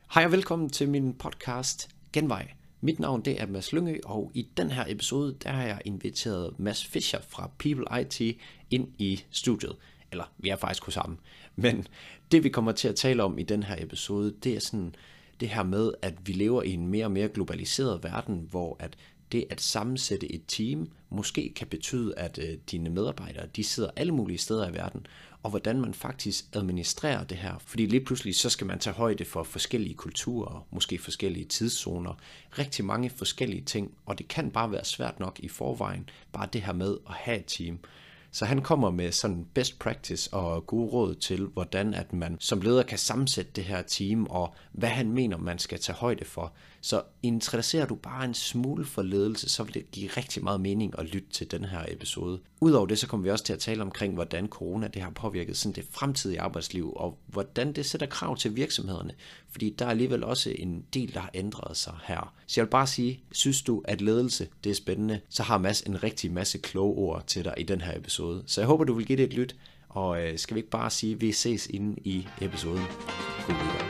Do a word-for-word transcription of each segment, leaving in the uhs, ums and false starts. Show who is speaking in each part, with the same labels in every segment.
Speaker 1: Hej og velkommen til min podcast Genvej. Mit navn det er Mads Lyngø, og i den her episode der har jeg inviteret Mads Fischer fra People I T ind i studiet. Eller vi er faktisk hos sammen. Men det vi kommer til at tale om i den her episode, det er sådan det her med, at vi lever i en mere og mere globaliseret verden, hvor at det at sammensætte et team måske kan betyde, at øh, dine medarbejdere de sidder alle mulige steder i verden, og hvordan man faktisk administrerer det her. Fordi lige pludselig så skal man tage højde for forskellige kulturer, måske forskellige tidszoner, rigtig mange forskellige ting, og det kan bare være svært nok i forvejen, bare det her med at have et team. Så han kommer med sådan best practice og gode råd til, hvordan at man som leder kan sammensætte det her team, og hvad han mener, man skal tage højde for. Så interesserer du bare en smule for ledelse, så vil det give rigtig meget mening at lytte til den her episode. Udover det, så kommer vi også til at tale omkring, hvordan corona det har påvirket sådan det fremtidige arbejdsliv, og hvordan det sætter krav til virksomhederne. Fordi der er alligevel også en del, der har ændret sig her. Så jeg vil bare sige, synes du, at ledelse det er spændende, så har Mads en rigtig masse kloge ord til dig i den her episode. Så jeg håber, du vil give det et lyt, og øh, skal vi ikke bare sige, at vi ses inde i episoden. God lytter.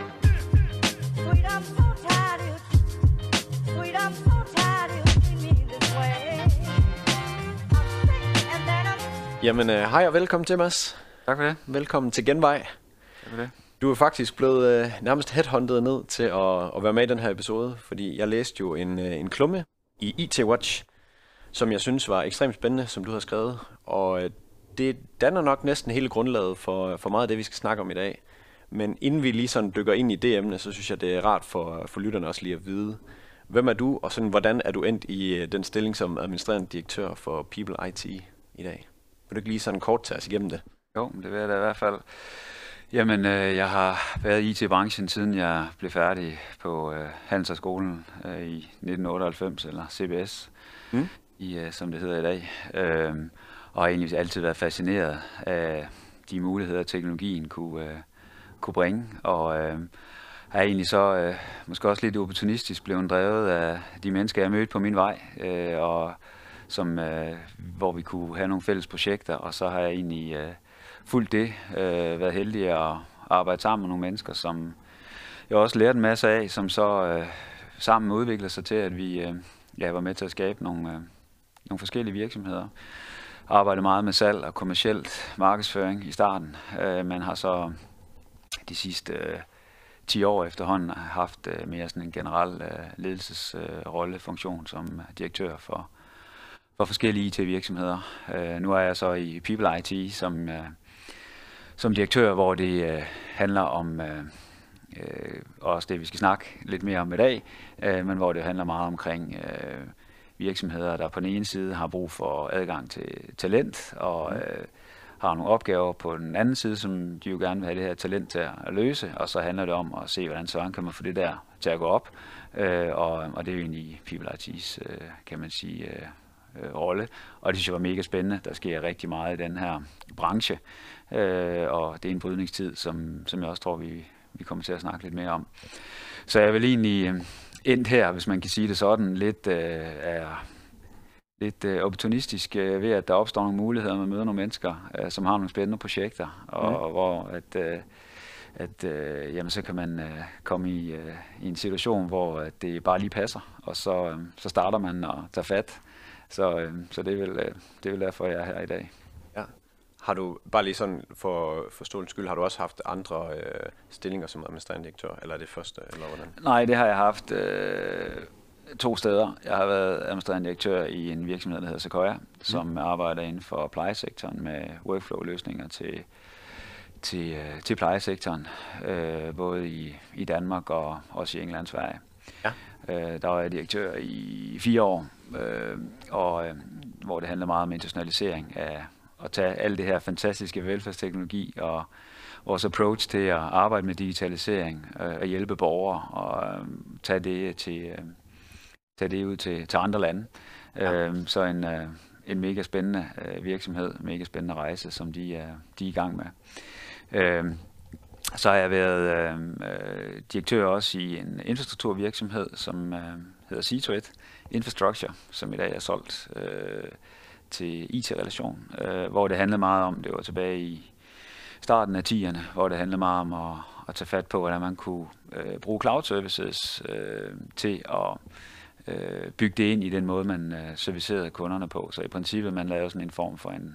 Speaker 1: Jamen, øh, hej og velkommen til, Mads.
Speaker 2: Tak for det.
Speaker 1: Velkommen til Genvej.
Speaker 2: Tak for det.
Speaker 1: Du er faktisk blevet øh, nærmest headhunted ned til at, at være med i den her episode, fordi jeg læste jo en, øh, en klumme i I T Watch, som jeg synes var ekstremt spændende, som du har skrevet, og øh, det danner nok næsten hele grundlaget for, for meget af det, vi skal snakke om i dag. Men inden vi lige sådan dykker ind i det emne, så synes jeg, det er rart for, for lytterne også lige at vide, hvem er du, og sådan, hvordan er du endt i øh, den stilling som administrerende direktør for People I T i dag? Vil du ikke lige sådan kort tage os igennem det?
Speaker 2: Jo, det vil jeg da i hvert fald. Jamen, øh, jeg har været i I T-branchen, siden jeg blev færdig på øh, Handelshøjskolen øh, i nitten otteoghalvfems, eller C B S, mm. i, øh, som det hedder i dag. Øh, og har egentlig altid været fascineret af de muligheder, teknologien kunne, øh, kunne bringe. Og øh, er egentlig så øh, måske også lidt opportunistisk blevet drevet af de mennesker, jeg mødte på min vej, øh, og som, øh, hvor vi kunne have nogle fælles projekter, og så har jeg egentlig øh, fulgt det, øh, været heldig at arbejde sammen med nogle mennesker, som jeg også lærte en masse af, som så øh, sammen udviklede sig til, at vi øh, ja, var med til at skabe nogle, øh, nogle forskellige virksomheder. Arbejdede meget med salg og kommercielt markedsføring i starten, øh, men har så de sidste øh, ti år efterhånden haft øh, mere sådan en generel øh, ledelsesrolle, øh, funktion som direktør for for forskellige I T-virksomheder. Uh, nu er jeg så i People I T som, uh, som direktør, hvor det uh, handler om, uh, uh, også det vi skal snakke lidt mere om i dag, uh, men hvor det handler meget omkring uh, virksomheder, der på den ene side har brug for adgang til talent, og uh, har nogle opgaver på den anden side, som de jo gerne vil have det her talent til at løse, og så handler det om at se, hvordan så kan man få det der til at gå op, uh, og, og det er jo egentlig People I T's, uh, kan man sige, uh, rolle, og det synes jeg var mega spændende. Der sker rigtig meget i den her branche, øh, og det er en brydningstid, som, som jeg også tror, vi, vi kommer til at snakke lidt mere om. Så jeg vil egentlig øh, endt her, hvis man kan sige det sådan, lidt, øh, er, lidt øh, opportunistisk øh, ved, at der opstår nogle muligheder, man møder nogle mennesker, øh, som har nogle spændende projekter, og mm. hvor at, øh, at øh, jamen, så kan man øh, komme i, øh, i en situation, hvor øh, det bare lige passer, og så, øh, så starter man og tager fat. Så, øh, så det, er vel, øh, det er vel derfor, jeg er her i dag.
Speaker 1: Ja. Har du, bare lige sådan for forståelsens skyld, har du også haft andre øh, stillinger som administrerende direktør, eller er det første, eller hvordan?
Speaker 2: Nej, det har jeg haft øh, to steder. Jeg har været administrerende direktør i en virksomhed, der hedder Sequoia, mm. som arbejder inden for plejesektoren med workflow-løsninger til, til, øh, til plejesektoren, øh, både i, i Danmark og også i England og Sverige. Ja. Øh, der var jeg direktør i fire år, øh, og øh, hvor det handler meget om internationalisering af at tage alt det her fantastiske velfærdsteknologi og vores approach til at arbejde med digitalisering øh, og hjælpe borgere og øh, tage det til øh, tage det ud til, til andre lande. Ja. Øh, så en, øh, en mega spændende øh, virksomhed, mega spændende rejse, som de, øh, de er i gang med. Øh, Så har jeg været øh, direktør også i en infrastrukturvirksomhed, som øh, hedder Seatuit Infrastructure, som i dag er solgt øh, til I T-relation, øh, hvor det handlede meget om, det var tilbage i starten af tierne, hvor det handlede meget om at, at tage fat på, hvordan man kunne øh, bruge cloud services øh, til at øh, bygge det ind i den måde, man øh, servicerede kunderne på. Så i princippet, man lavede sådan en form for en,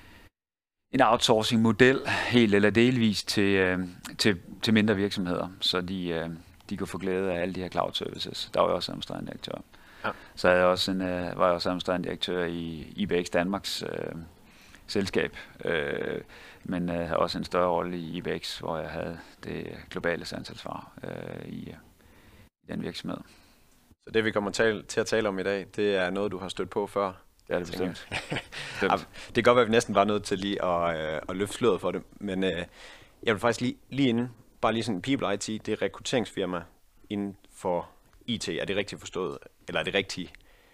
Speaker 2: en outsourcing-model, helt eller delvis, til, øh, til, til mindre virksomheder, så de, øh, de kunne få glæde af alle de her cloud services. Der var jo også administrerende direktør. Ja. Så havde jeg også en, øh, var jeg også administrerende direktør i I B X Danmarks øh, selskab, øh, men øh, havde også en større rolle i I B X, hvor jeg havde det globale salgsansvar øh, i, i den virksomhed.
Speaker 3: Så det, vi kommer til, til at tale om i dag, det er noget, du har stødt på før?
Speaker 2: Det er det bestemt.
Speaker 3: Det kan godt være, at vi næsten var nødt til lige at, øh, at løfte sløret for det, men øh, jeg vil faktisk lige, lige inden, bare lige sådan, People I T, det er rekrutteringsfirma inden for I T. Er det rigtigt forstået, eller er det rigtigt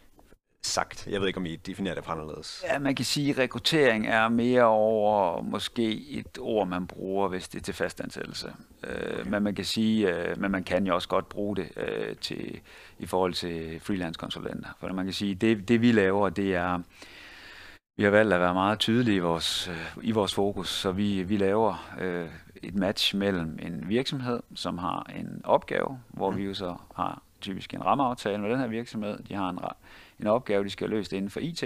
Speaker 3: sagt? Jeg ved ikke, om I definerer det på anderledes.
Speaker 2: Ja, man kan sige, at rekruttering er mere over måske et ord, man bruger, hvis det er til fastansættelse. Okay. Men man kan sige, men man kan jo også godt bruge det til, i forhold til freelance-konsulenter. For man kan sige, det, det vi laver, det er, vi har valgt at være meget tydelige i vores, i vores fokus, så vi, vi laver øh, et match mellem en virksomhed, som har en opgave, hvor mm. vi jo så har typisk en rammeaftale med den her virksomhed. De har en, en opgave, de skal have løst inden for I T,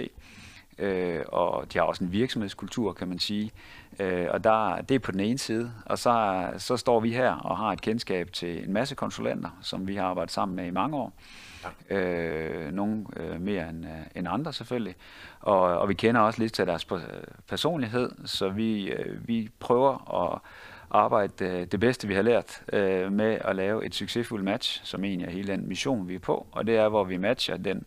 Speaker 2: øh, og de har også en virksomhedskultur, kan man sige. Øh, og der, det er på den ene side, og så, så står vi her og har et kendskab til en masse konsulenter, som vi har arbejdet sammen med i mange år. Ja. Øh, nogle øh, mere end, øh, end andre selvfølgelig, og, og vi kender også lidt til deres personlighed, så vi, øh, vi prøver at arbejde øh, det bedste, vi har lært øh, med at lave et succesfuldt match, som egentlig er hele den mission, vi er på, og det er, hvor vi matcher den,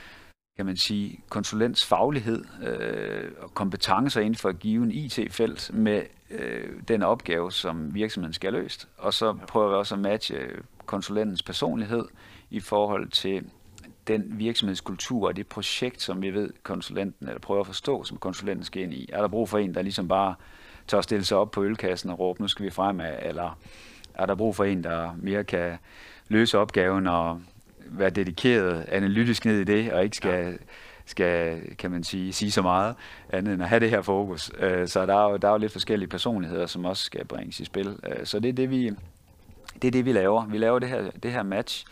Speaker 2: kan man sige, konsulents faglighed øh, og kompetencer inden for at give en I T-felt med øh, den opgave, som virksomheden skal have løst, og så prøver vi også at matche konsulentens personlighed i forhold til den virksomhedskultur og det projekt, som vi ved konsulenten, eller prøver at forstå, som konsulenten skal ind i. Er der brug for en, der ligesom bare tør at stille sig op på ølkassen og råbe, nu skal vi fremad, eller er der brug for en, der mere kan løse opgaven og være dedikeret analytisk ned i det, og ikke skal, ja. skal kan man sige, sige så meget andet end at have det her fokus. Så der er jo, der er jo lidt forskellige personligheder, som også skal bringes i spil. Så det er det, vi, det, er det, vi laver. Vi laver det her, det her match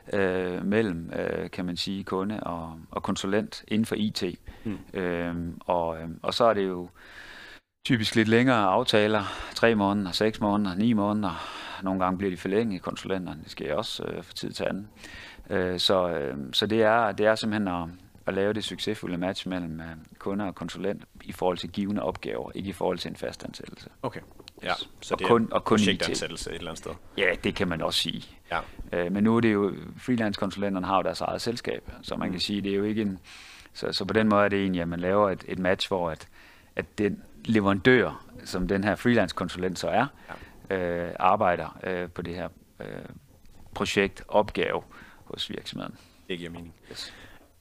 Speaker 2: øh, mellem, øh, kan man sige, kunde og, og konsulent inden for I T. Mm. Øhm, og, og så er det jo typisk lidt længere aftaler, tre måneder, seks måneder, ni måneder. Nogle gange bliver de forlænget i konsulenterne, det sker også øh, for tid til anden. Øh, så øh, så det, er, det er simpelthen at, at lave det succesfulde match mellem øh, kunder og konsulent i forhold til givende opgaver, ikke i forhold til en fastansættelse.
Speaker 3: Okay, ja, så
Speaker 2: og
Speaker 3: det er
Speaker 2: kun, og kun
Speaker 3: projektansættelse et eller andet sted.
Speaker 2: Ja, det kan man også sige.
Speaker 3: Ja.
Speaker 2: Øh, men nu er det jo, freelance-konsulenterne har jo deres eget selskab, så man mm. kan sige, det er jo ikke en, så, så på den måde er det egentlig, at man laver et, et match, hvor at, at den leverandør, som den her freelance-konsulent så er, ja. øh, arbejder øh, på det her øh, projekt, opgave hos virksomheden.
Speaker 3: Det giver mening. Yes.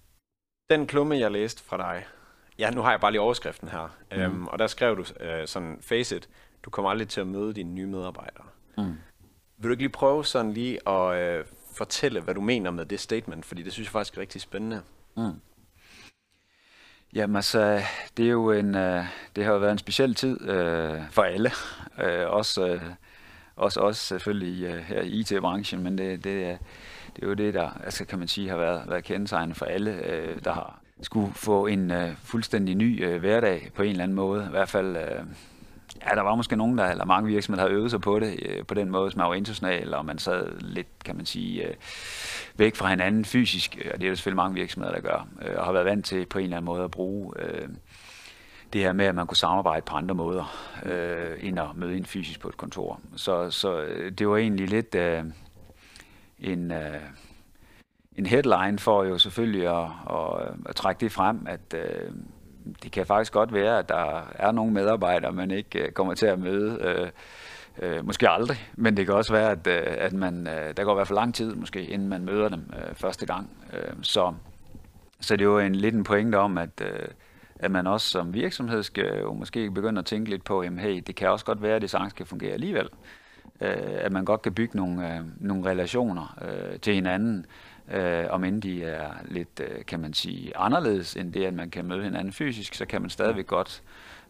Speaker 3: Den klumme, jeg læste fra dig, ja, nu har jeg bare lige overskriften her, mm. øhm, og der skrev du øh, sådan, face it, du kommer aldrig til at møde dine nye medarbejdere. Mm. Vil du ikke lige prøve sådan lige at øh, fortælle, hvad du mener med det statement, fordi det synes jeg faktisk er rigtig spændende. Mm.
Speaker 2: Jamen altså, det er jo en, øh, det har jo været en speciel tid øh, for alle, øh, også, øh, også os selvfølgelig øh, her i I T-branchen, men det, det, det er jo det, der altså, kan man sige har været, været kendetegnende for alle, øh, der har skulle få en øh, fuldstændig ny øh, hverdag på en eller anden måde. I hvert fald, øh, ja, der var måske nogen, der, eller mange virksomheder, der har øvet sig på det, øh, på den måde, som man var international, og man sad lidt, kan man sige, øh, væk fra hinanden fysisk, og det er jo selvfølgelig mange virksomheder, der gør, øh, og har været vant til på en eller anden måde at bruge øh, det her med, at man kunne samarbejde på andre måder, øh, end at møde ind fysisk på et kontor. Så, så øh, det var egentlig lidt øh, en... Øh, En headline for jo selvfølgelig at, at, at trække det frem, at øh, det kan faktisk godt være, at der er nogle medarbejdere, man ikke øh, kommer til at møde, øh, øh, måske aldrig, men det kan også være, at, øh, at man, øh, der går i hvert fald lang tid, måske, inden man møder dem øh, første gang. Øh, så, så det er jo en, lidt en pointe om, at, øh, at man også som virksomhed skal jo måske begynde at tænke lidt på, jamen hey, det kan også godt være, at det sagtens skal fungere alligevel. Øh, at man godt kan bygge nogle, øh, nogle relationer øh, til hinanden, Øh, om end de er lidt, øh, kan man sige, anderledes end det, at man kan møde hinanden fysisk, så kan man stadigvæk godt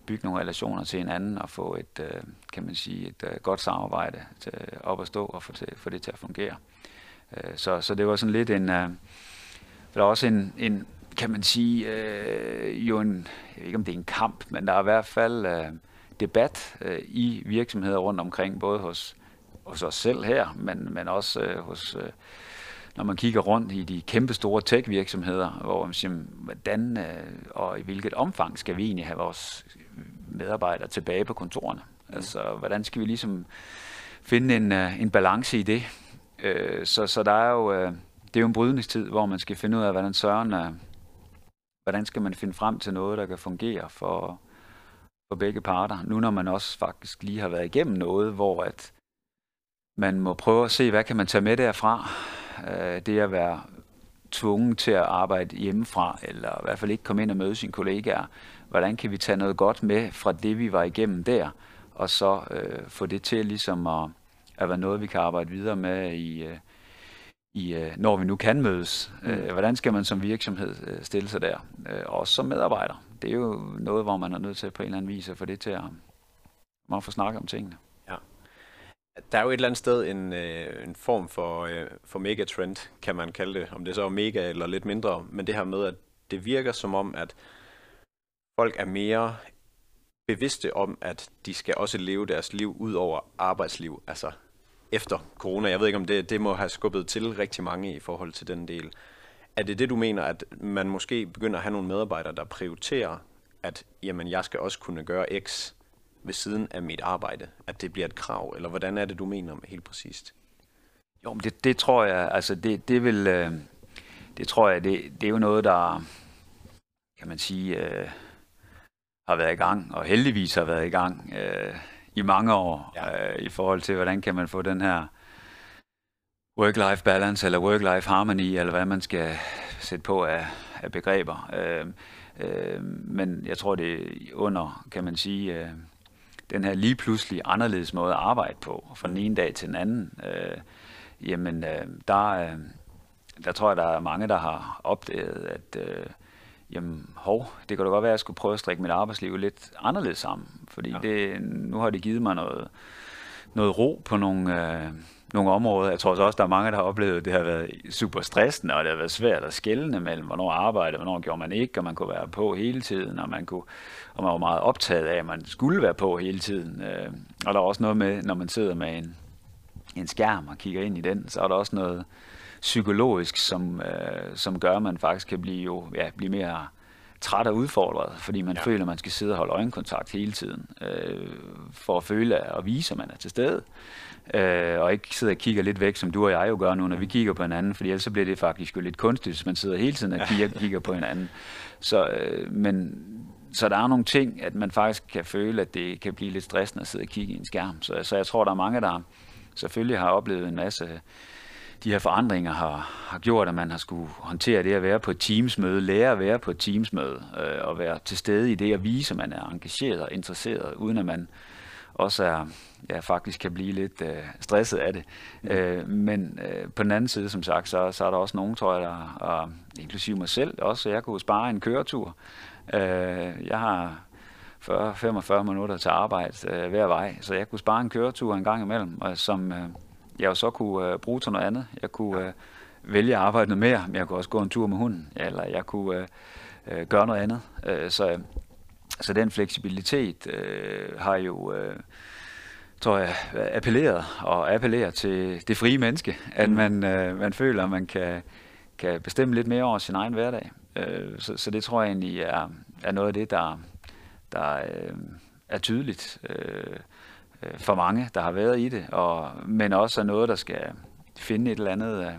Speaker 2: bygge nogle relationer til hinanden og få et, øh, kan man sige, et øh, godt samarbejde til, op at stå og få, til, få det til at fungere. Øh, så, så det var sådan lidt en, øh, der er også en, en, kan man sige, øh, jo en, jeg ved ikke om det er en kamp, men der er i hvert fald øh, debat øh, i virksomheder rundt omkring, både hos, hos os selv her, men, men også øh, hos, øh, når man kigger rundt i de kæmpe store tech-virksomheder, hvor man siger, hvordan øh, og i hvilket omfang skal vi egentlig have vores medarbejdere tilbage på kontorerne? Mm. Altså, hvordan skal vi ligesom finde en, uh, en balance i det? Uh, så, så der er jo, uh, det er jo en brydningstid, hvor man skal finde ud af, hvordan søren, uh, hvordan skal man finde frem til noget, der kan fungere for, for begge parter. Nu når man også faktisk lige har været igennem noget, hvor at man må prøve at se, hvad kan man tage med derfra. Uh, det at være tvunget til at arbejde hjemmefra, eller i hvert fald ikke komme ind og møde sine kollegaer. Hvordan kan vi tage noget godt med fra det, vi var igennem der, og så øh, få det til ligesom at, at være noget, vi kan arbejde videre med, i, øh, i, øh, når vi nu kan mødes. Mm. Øh, hvordan skal man som virksomhed øh, stille sig der? Øh, også som medarbejder. Det er jo noget, hvor man er nødt til på en eller anden vis at få det til at man få snakket om tingene.
Speaker 3: Ja. Der er jo et eller andet sted en, øh, en form for, øh, for megatrend, kan man kalde det, om det så er mega eller lidt mindre, men det her med, at det virker som om, at folk er mere bevidste om, at de skal også leve deres liv ud over arbejdsliv, altså efter corona. Jeg ved ikke, om det, det må have skubbet til rigtig mange i forhold til den del. Er det det, du mener, at man måske begynder at have nogle medarbejdere, der prioriterer, at jamen, jeg skal også kunne gøre X ved siden af mit arbejde, at det bliver et krav, eller hvordan er det, du mener helt præcist?
Speaker 2: Jo, men det, det tror jeg, altså det, det vil, øh, det tror jeg, det, det er jo noget, der, kan man sige, øh, har været i gang, og heldigvis har været i gang øh, i mange år, ja. øh, i forhold til, hvordan kan man få den her work-life balance, eller work-life harmony, eller hvad man skal sætte på af, af begreber. Øh, øh, men jeg tror, det er under, kan man sige, øh, den her lige pludselig anderledes måde at arbejde på, fra den ene dag til den anden. Øh, jamen, øh, der, øh, der tror jeg, der er mange, der har opdaget, at øh, jamen, hov, det kan da godt være, at jeg skulle prøve at strikke mit arbejdsliv lidt anderledes sammen. Fordi ja. det, nu har det givet mig noget, noget ro på nogle, øh, nogle områder. Jeg tror også, der er mange, der har oplevet, at det har været super stressende, og det har været svært at skelne mellem, hvornår arbejde, hvornår gjorde man ikke, og man kunne være på hele tiden, og man, kunne, og man var meget optaget af, at man skulle være på hele tiden. Øh, og der er også noget med, når man sidder med en, en skærm og kigger ind i den, så er der også noget psykologisk, som, øh, som gør, at man faktisk kan blive, jo, ja, blive mere træt og udfordret, fordi man ja. føler, at man skal sidde og holde øjenkontakt hele tiden, øh, for at føle og vise, at man er til stede, øh, og ikke sidde og kigge lidt væk, som du og jeg jo gør nu, når vi kigger på hinanden, fordi ellers så bliver det faktisk jo lidt kunstigt, hvis man sidder hele tiden og kigger, kigger på hinanden. Så, øh, men, så der er nogle ting, at man faktisk kan føle, at det kan blive lidt stressende at sidde og kigge i en skærm. Så, så jeg tror, der er mange, der selvfølgelig har oplevet en masse de her forandringer har, har gjort, at man har skulle håndtere det at være på et teamsmøde, lære at være på et teamsmøde, øh, og være til stede i det at vise, at man er engageret og interesseret, uden at man også er, ja, faktisk kan blive lidt øh, stresset af det. Mm. Øh, men øh, på den anden side, som sagt, så, så er der også nogen, tror jeg, der, og inklusive mig selv, også så jeg kunne spare en køretur. Øh, jeg har fyrre til femogfyrre minutter til arbejde øh, hver vej, så jeg kunne spare en køretur en gang imellem, og som øh, jeg jo så kunne øh, bruge til noget andet. Jeg kunne øh, vælge at arbejde noget mere, men jeg kunne også gå en tur med hunden, eller jeg kunne øh, øh, gøre noget andet. Øh, så, så den fleksibilitet øh, har jo, øh, tror jeg, appelleret og appellerer til det frie menneske, at man, øh, man føler, at man kan, kan bestemme lidt mere over sin egen hverdag. Øh, så, så det tror jeg egentlig er, er noget af det, der, der øh, er tydeligt øh, for mange, der har været i det, og, men også er noget, der skal finde et eller andet,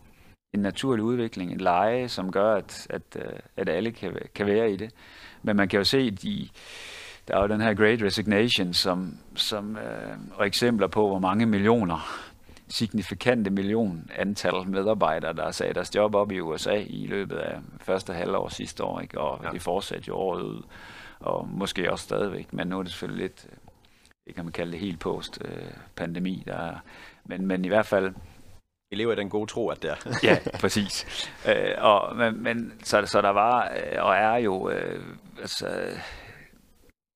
Speaker 2: en naturlig udvikling, en leje, som gør, at, at, at alle kan, kan være i det. Men man kan jo se, de, der er jo den her Great Resignation, som, som, øh, og eksempler på, hvor mange millioner, signifikante million antal medarbejdere, der har sat deres job op i U S A i løbet af første halvår sidste år, ikke? Og ja. Det fortsatte jo året ud, og måske også stadigvæk, men nu er det selvfølgelig lidt, det kan man kalde det helt post-pandemi, der, men, men i hvert fald...
Speaker 3: Vi lever i den gode tro, at det er.
Speaker 2: Ja, præcis. Øh, og, men, men, så, så der var, og er jo, øh, altså,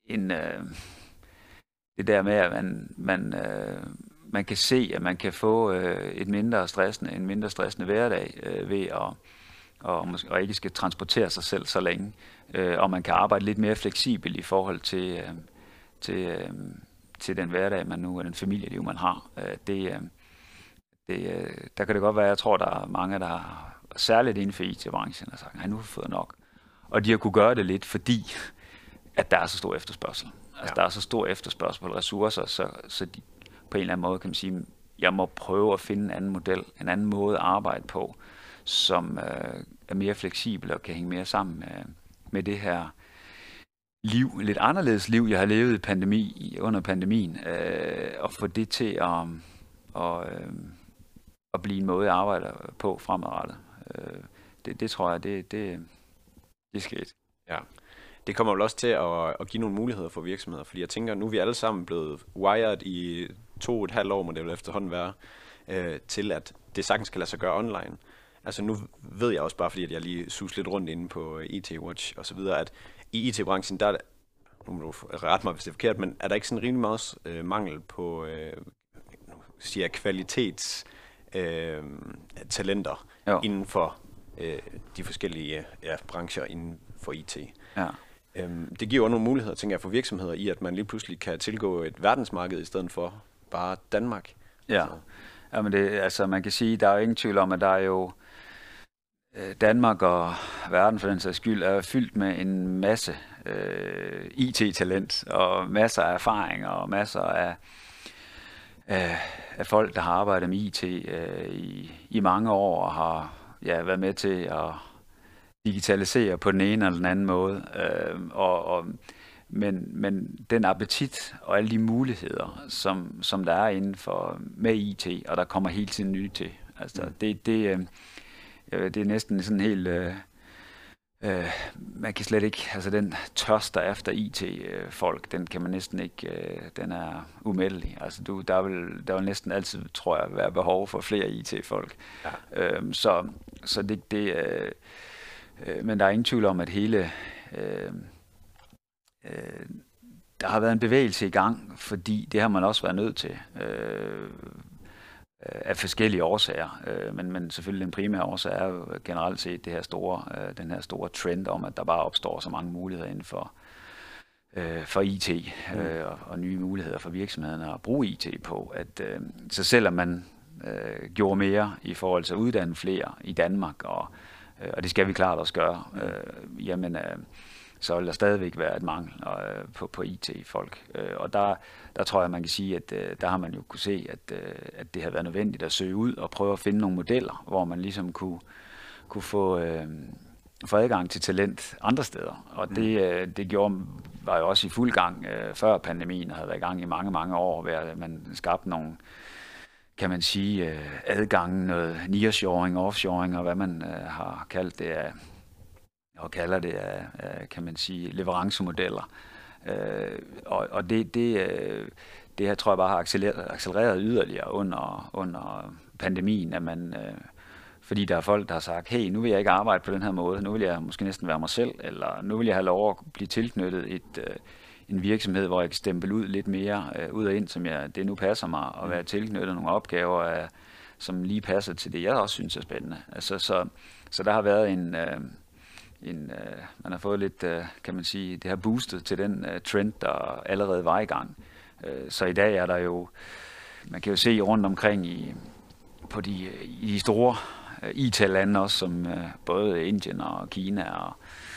Speaker 2: en øh, det der med, at man, man, øh, man kan se, at man kan få øh, et mindre stressende, en mindre stressende hverdag øh, ved at og, måske, og ikke skal transportere sig selv så længe, øh, og man kan arbejde lidt mere fleksibelt i forhold til, øh, til, øh, til den hverdag, man nu, og den familieliv, man har. Øh, det, øh, det, øh, der kan det godt være, jeg tror, der er mange, der har særligt inden for I T-branchen, der sagt, nej, nu har vi fået nok. Og de har kunne gøre det lidt, fordi at der er så stor efterspørgsel. Altså, ja. Der er så stor efterspørgsel på ressourcer, så, så de, på en eller anden måde kan man sige, jeg må prøve at finde en anden model, en anden måde at arbejde på, som øh, er mere fleksibel og kan hænge mere sammen med, med det her liv, lidt anderledes liv, jeg har levet i pandemi, under pandemien, øh, og få det til at, og, øh, at blive en måde, jeg arbejder på fremadrettet. Øh, det, det tror jeg, det, det, det er sket.
Speaker 3: Ja. Det kommer vel også til at, at give nogle muligheder for virksomheder, fordi jeg tænker, nu er vi alle sammen blevet wired i to og et halvt år, må det vel efterhånden være, øh, til at det sagtens kan lade sig gøre online. Altså nu ved jeg også bare, fordi at jeg lige sus lidt rundt inde på I T Watch og så videre, at i I T-branchen, der er, nu må du rette mig, hvis det er forkert, men er der ikke sådan rimelig meget øh, mangel på, øh, nu siger jeg, kvalitets øh, talenter jo. Inden for øh, de forskellige ja, brancher inden for I T.
Speaker 2: Ja.
Speaker 3: Øhm, det giver jo nogle muligheder, tænker jeg, for virksomheder i, at man lige pludselig kan tilgå et verdensmarked i stedet for bare Danmark.
Speaker 2: Ja, ja men det, altså man kan sige, der er jo ingen tvivl om, at der er jo Danmark og verden for den sags skyld er fyldt med en masse øh, I T-talent og masser af erfaring og masser af, af, af folk, der har arbejdet med I T øh, i, i mange år og har ja, været med til at digitalisere på den ene eller den anden måde. Øh, og, og, men, men den appetit og alle de muligheder, som, som der er inden for med I T, og der kommer hele tiden nyt til. Altså, mm. det, det øh, Det er næsten sådan helt, øh, øh, man kan slet ikke, altså den tørster efter I T-folk, den kan man næsten ikke, øh, den er umættelig. Altså du, der vil, der vil næsten altid, tror jeg, være behov for flere I T-folk. Ja. Øhm, så så det, det øh, øh, men der er ingen tvivl om, at hele, øh, øh, der har været en bevægelse i gang, fordi det har man også været nødt til. Øh, af forskellige årsager, øh, men, men selvfølgelig den primære årsag er jo generelt set det her store, øh, den her store trend om, at der bare opstår så mange muligheder inden for, øh, for I T øh, og, og nye muligheder for virksomhederne at bruge I T på. At, øh, så selvom man øh, gjorde mere i forhold til at uddanne flere i Danmark, og, øh, og det skal vi klart også gøre, øh, jamen øh, så vil der stadigvæk være et mangel øh, på, på I T-folk. Øh, og der, der tror jeg, man kan sige, at øh, der har man jo kunne se, at, øh, at det har været nødvendigt at søge ud og prøve at finde nogle modeller, hvor man ligesom kunne, kunne få, øh, få adgang til talent andre steder. Og det, øh, det gjorde, var jo også i fuld gang øh, før pandemien, og havde været i gang i mange, mange år, hvor man skabte nogle, kan man sige, øh, adgang, noget nearshoring, offshoring, og hvad man øh, har kaldt det af, og kalder det af, af, kan man sige, leverancemodeller. Øh, og og det, det, øh, det her tror jeg bare har accelereret, accelereret yderligere under, under pandemien, at man, øh, fordi der er folk, der har sagt, hey, nu vil jeg ikke arbejde på den her måde, nu vil jeg måske næsten være mig selv, eller nu vil jeg have lov at blive tilknyttet et, øh, en virksomhed, hvor jeg kan stemple ud lidt mere øh, ud og ind, som jeg, det nu passer mig, og være tilknyttet nogle opgaver, øh, som lige passer til det, jeg også synes er spændende. Altså, så, så der har været en... Øh, En, øh, man har fået lidt, øh, kan man sige, det har boostet til den øh, trend, der allerede var i gang. Øh, så i dag er der jo, man kan jo se rundt omkring i, på de, i de store øh, I T-lande også, som øh, både Indien og Kina og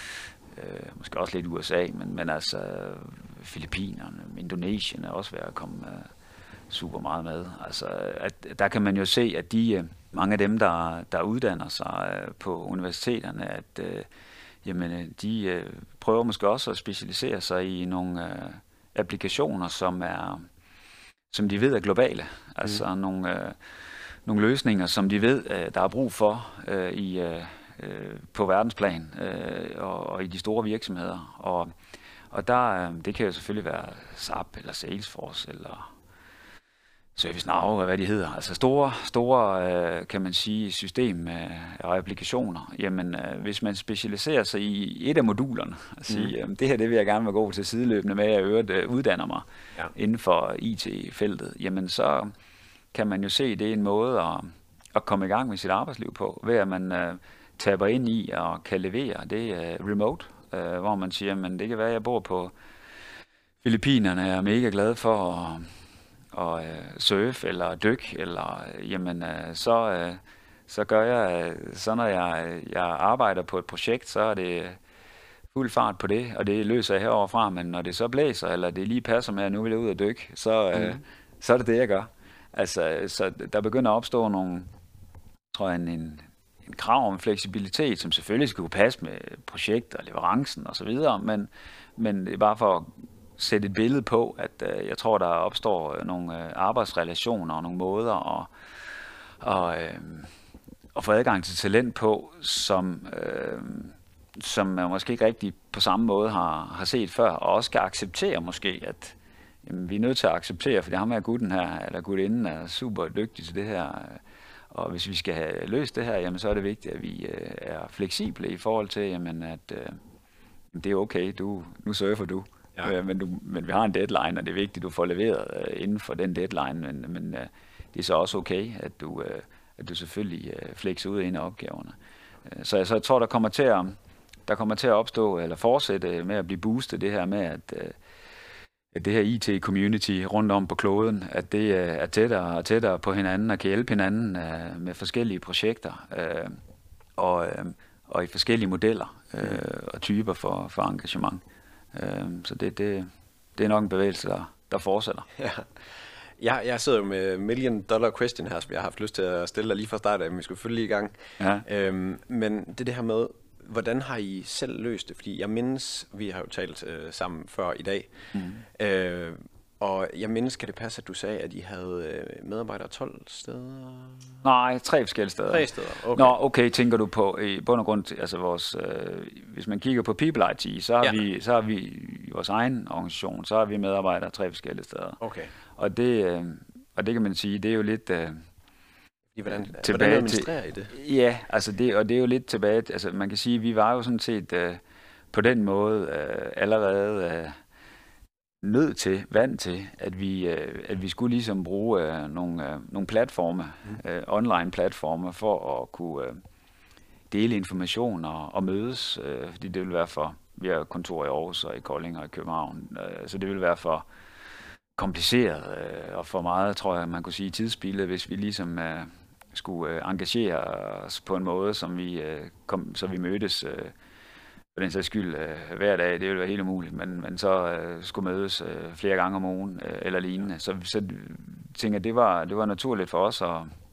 Speaker 2: øh, måske også lidt U S A, men, men altså Filippinerne, Indonesien er også ved at komme øh, super meget med. Altså, at, der kan man jo se, at de, øh, mange af dem, der, der uddanner sig øh, på universiteterne, at øh, jamen, de øh, prøver måske også at specialisere sig i nogle øh, applikationer, som er, som de ved er globale. Altså mm. nogle, øh, nogle løsninger, som de ved, øh, der er brug for øh, i, øh, på verdensplan øh, og, og i de store virksomheder. Og, og der, øh, det kan jo selvfølgelig være S A P eller Salesforce eller ServiceNow, hvad de hedder, altså store, store øh, kan man sige, system øh, og applikationer. Jamen, øh, hvis man specialiserer sig i et af modulerne, og sige, mm. øh, det her, det vil jeg gerne være god til sideløbende med, at jeg øvrigt øh, uddanner mig ja. inden for I T-feltet, jamen så kan man jo se, det er en måde at, at komme i gang med sit arbejdsliv på, ved at man øh, taber ind i og kan levere det øh, remote, øh, hvor man siger, men det kan være, at jeg bor på Filippinerne, jeg er mega glad for at og øh, surfe eller dyk, eller jamen øh, så øh, så gør jeg øh, så når jeg jeg arbejder på et projekt, så er det fuld fart på det, og det løser jeg herovre fra, men når det så blæser, eller det lige passer med, at nu vil jeg ud og dykke, så øh, mm. så er det det, jeg gør. Altså, så der begynder at opstå nogle, tror jeg, en, en, en krav om fleksibilitet, som selvfølgelig skal kunne passe med projekt og leverancen og så videre, men, men det er bare for at sætte et billede på, at øh, jeg tror, der opstår øh, nogle øh, arbejdsrelationer og nogle måder at, og, øh, at få adgang til talent på, som, øh, som man måske ikke rigtig på samme måde har, har set før, og også skal acceptere måske, at jamen, vi er nødt til at acceptere, fordi ham her gutten her, eller gutinden er super dygtig til det her, og hvis vi skal have løst det her, jamen, så er det vigtigt, at vi øh, er fleksible i forhold til, jamen, at øh, det er okay, du, nu surfer du. Ja. Øh, men, du, men vi har en deadline, og det er vigtigt, at du får leveret øh, inden for den deadline, men, men øh, det er så også okay, at du, øh, at du selvfølgelig øh, flexer ud af en af opgaverne. Øh, så, så jeg tror, der kommer til at, der kommer til at opstå, eller fortsætte med at blive boostet, det her med, at, øh, at det her I T-community rundt om på kloden, at det øh, er tættere og tættere på hinanden, og kan hjælpe hinanden øh, med forskellige projekter, øh, og, øh, og i forskellige modeller øh, og typer for, for engagement. Så det, det, det er nok en bevægelse, der, der fortsætter.
Speaker 3: Ja. Jeg, jeg sidder jo med million dollar question her, som jeg har haft lyst til at stille dig lige fra start af, men vi skal følge i gang. Ja. Øhm, men det det her med, hvordan har I selv løst det? Fordi jeg mindes, vi har jo talt øh, sammen før i dag, mm. øh, og jeg mindes, kan det passe, at du sagde, at I havde øh, medarbejdere tolv steder?
Speaker 2: Nej, tre forskellige steder.
Speaker 3: Tre steder, okay.
Speaker 2: Nå, okay, tænker du på, i bund og grund, altså vores, øh, hvis man kigger på People I T, så har, ja. vi, så har vi i vores egen organisation, så har vi medarbejdere tre forskellige steder. Okay. Og det, øh, og det kan man sige, det er jo lidt... Øh,
Speaker 3: Hvordan, hvordan administrerer I det?
Speaker 2: Ja, altså det, og det er jo lidt tilbage, altså man kan sige, at vi var jo sådan set øh, på den måde øh, allerede... Øh, nødt til, vant til, at vi, øh, at vi skulle ligesom bruge øh, nogle, øh, nogle platforme, mm. øh, online platforme, for at kunne øh, dele information og, og mødes, øh, fordi det vil være for, vi har kontor i Aarhus og i Kolding og i København, øh, så det vil være for kompliceret øh, og for meget, tror jeg, man kunne sige, tidsspilde, hvis vi ligesom øh, skulle øh, engagere os på en måde, som vi, øh, kom, så vi mødtes øh, for den sags skyld øh, hver dag, det ville være helt umuligt, men, men så øh, skulle mødes øh, flere gange om ugen øh, eller lignende. Så, så tænker jeg, det var, det var naturligt for os at,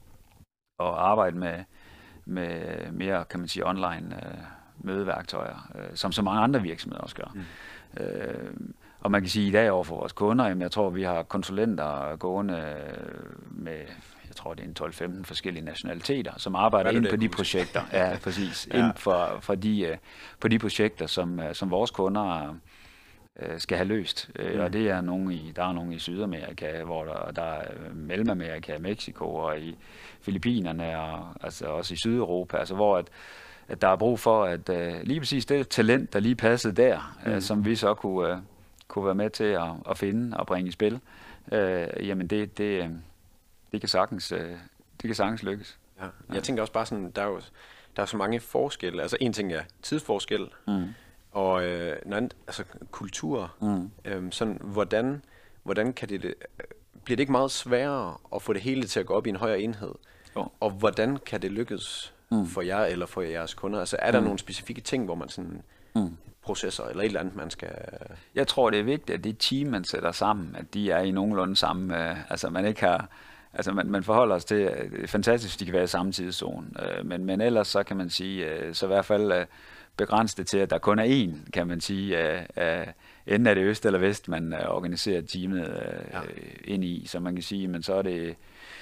Speaker 2: at arbejde med, med mere, kan man sige, online øh, mødeværktøjer, øh, som så mange andre virksomheder også gør. Mm. Øh, og man kan sige, at i dag over for vores kunder, jamen, jeg tror, vi har konsulenter gående med... jeg tror, det er en tolv femten forskellige nationaliteter, som arbejder ind på de projekter. Ja, præcis. ja. Ind for, for de, på de projekter, som, som vores kunder øh, skal have løst. Mm. Og det er nogle i, der er nogle i Sydamerika, hvor der, der er Mellemamerika, Mexico og i Filippinerne, og altså også i Sydeuropa, altså hvor at, at der er brug for, at øh, lige præcis det talent, der lige passede der, mm. øh, som vi så kunne, øh, kunne være med til at, at finde og bringe i spil, øh, jamen det... det Det kan sagtens, det kan sagtens lykkes.
Speaker 3: Ja. Jeg tænker også bare sådan, der er jo der er så mange forskelle. Altså en ting er tidsforskel, mm. og øh, noget, altså kultur. Mm. Øhm, sådan, hvordan, hvordan kan det, bliver det ikke meget sværere at få det hele til at gå op i en højere enhed? Oh. Og hvordan kan det lykkes mm. for jer eller for jeres kunder? Altså er der mm. nogle specifikke ting, hvor man sådan... Mm. processer eller et eller andet, man skal...
Speaker 2: Jeg tror, det er vigtigt, at det team, man sætter sammen, at de er i nogenlunde samme... Øh, altså, man ikke har... Altså, man, man forholder os til... Øh, det er fantastisk, de kan være i samme tidszone. Øh, men, men ellers, så kan man sige... Øh, så i hvert fald øh, begrænse det til, at der kun er én, kan man sige... Øh, øh, enten er det øst eller vest, man øh, organiserer teamet øh, ja. ind i. Så man kan sige, men så er det...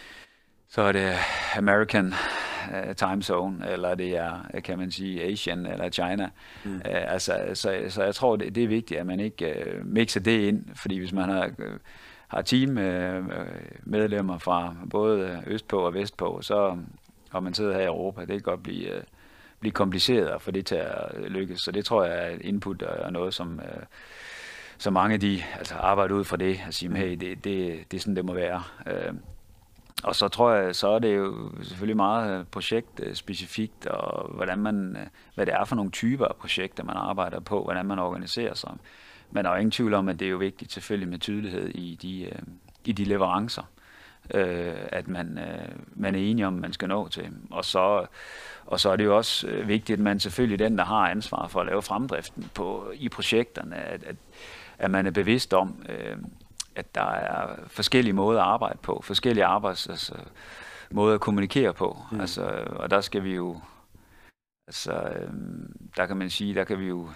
Speaker 2: Så er det American uh, time zone, eller det er, kan man sige, Asian eller China. Mm. Uh, altså, så, så jeg tror, det, det er vigtigt, at man ikke uh, mixer det ind, fordi hvis man har, uh, har teammedlemmer fra både østpå og vestpå, så, og man sidder her i Europa, det kan godt blive, blive kompliceret at få det til at lykkes. Så det tror jeg er et input og noget, som, så mange de altså arbejder ud fra det og siger, hey, det, det, det er sådan, det må være. Og så tror jeg, så er det jo selvfølgelig meget projektspecifikt, og hvordan man, hvad det er for nogle typer af projekter, man arbejder på, hvordan man organiserer sig. Men der er jo ingen tvivl om, at det er jo vigtigt selvfølgelig med tydelighed i de, i de leverancer, at man, man er enig om, man skal nå til. Og så, og så er det jo også vigtigt, at man selvfølgelig den, der har ansvar for at lave fremdriften på, i projekterne, at, at, at man er bevidst om, at der er forskellige måder at arbejde på, forskellige arbejds, altså, måder at kommunikere på. Mm. Altså, og der skal vi jo, altså, der kan man sige, der kan vi jo,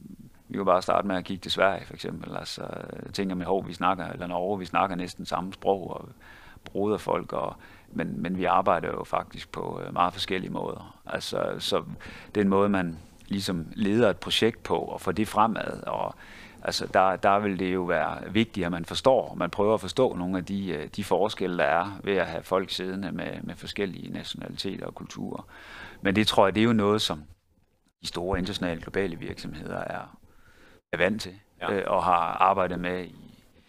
Speaker 2: vi kan bare starte med at kigge til Sverige for eksempel. Altså, tænker med, hov, vi snakker, eller Norge, vi snakker næsten samme sprog og broderfolk, og, men, men vi arbejder jo faktisk på meget forskellige måder. Altså, så den måde, man ligesom leder et projekt på, og får det fremad, og altså, der, der vil det jo være vigtigt, at man forstår, man prøver at forstå nogle af de, de forskelle, der er ved at have folk siddende med, med forskellige nationaliteter og kulturer. Men det tror jeg, det er jo noget, som de store internationale globale virksomheder er, er vant til, ja. øh, og har arbejdet med i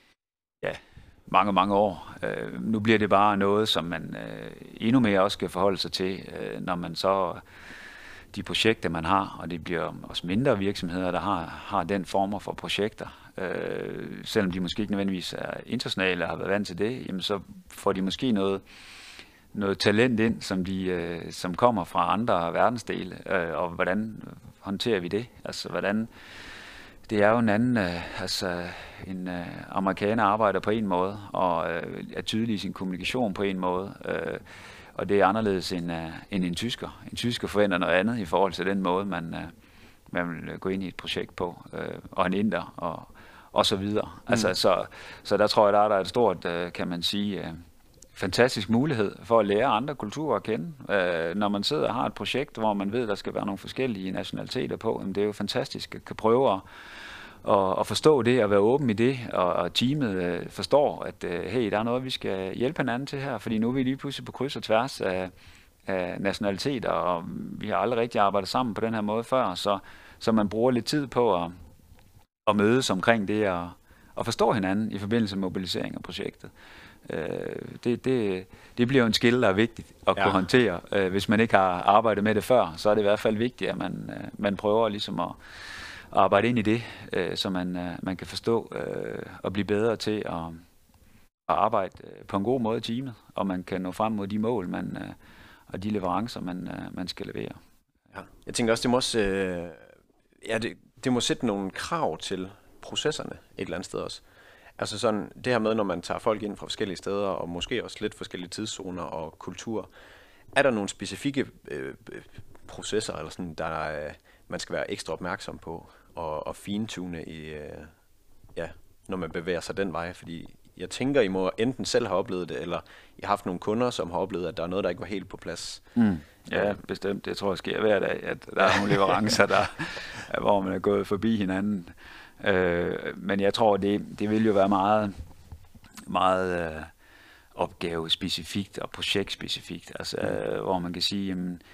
Speaker 2: ja, mange, mange år. Øh, nu bliver det bare noget, som man øh, endnu mere også skal forholde sig til, øh, når man så de projekter, man har, og det bliver også mindre virksomheder, der har, har den former for projekter. Øh, selvom de måske ikke nødvendigvis er internationale og har været vant til det, jamen så får de måske noget, noget talent ind, som, de, øh, som kommer fra andre verdensdele, øh, og hvordan håndterer vi det? Altså, hvordan det er jo en anden, øh, altså en øh, amerikaner arbejder på en måde, og øh, er tydelig i sin kommunikation på en måde, øh, og det er anderledes end, uh, end en tysker. En tysker forventer noget andet i forhold til den måde, man, uh, man vil gå ind i et projekt på, uh, og en inder, og, og så videre. Mm. Altså, så, så der tror jeg, der er der et stort, uh, kan man sige, uh, fantastisk mulighed for at lære andre kulturer at kende. Uh, når man sidder og har et projekt, hvor man ved, der skal være nogle forskellige nationaliteter på, jamen, det er jo fantastisk at kan prøve at Og, og forstå det, og være åben i det, og, og teamet øh, forstår, at øh, hey, der er noget, vi skal hjælpe hinanden til her, fordi nu er vi lige pludselig på kryds og tværs af, af nationaliteter, og vi har aldrig rigtig arbejdet sammen på den her måde før, så, så man bruger lidt tid på at, at mødes omkring det, og, og forstå hinanden i forbindelse med mobilisering af projektet. Øh, det, det, det bliver jo en skill, der er vigtigt at ja. kunne håndtere. Øh, hvis man ikke har arbejdet med det før, så er det i hvert fald vigtigt, at man, øh, man prøver ligesom at arbejde ind i det, øh, så man, øh, man kan forstå øh, og blive bedre til at, at arbejde på en god måde i teamet, og man kan nå frem mod de mål man, øh, og de leverancer, man, øh, man skal levere.
Speaker 3: Ja. Jeg tænker også, det må, også, øh, ja, det, det må sætte nogle krav til processerne et eller andet sted også. Altså sådan, det her med, når man tager folk ind fra forskellige steder, og måske også lidt forskellige tidszoner og kultur, er der nogle specifikke øh, processer, eller sådan, der øh, man skal være ekstra opmærksom på, og, og fintune i, øh, ja, når man bevæger sig den vej, fordi jeg tænker, I må enten selv have oplevet det, eller I har haft nogle kunder, som har oplevet, at der er noget, der ikke var helt på plads.
Speaker 2: Mm. Ja, bestemt. Det tror jeg sker hver dag, at der er nogle leverancer, der, hvor man er gået forbi hinanden. Øh, men jeg tror, det, det vil jo være meget, meget øh, opgavespecifikt og projektspecifikt, altså, øh, hvor man kan sige, jamen,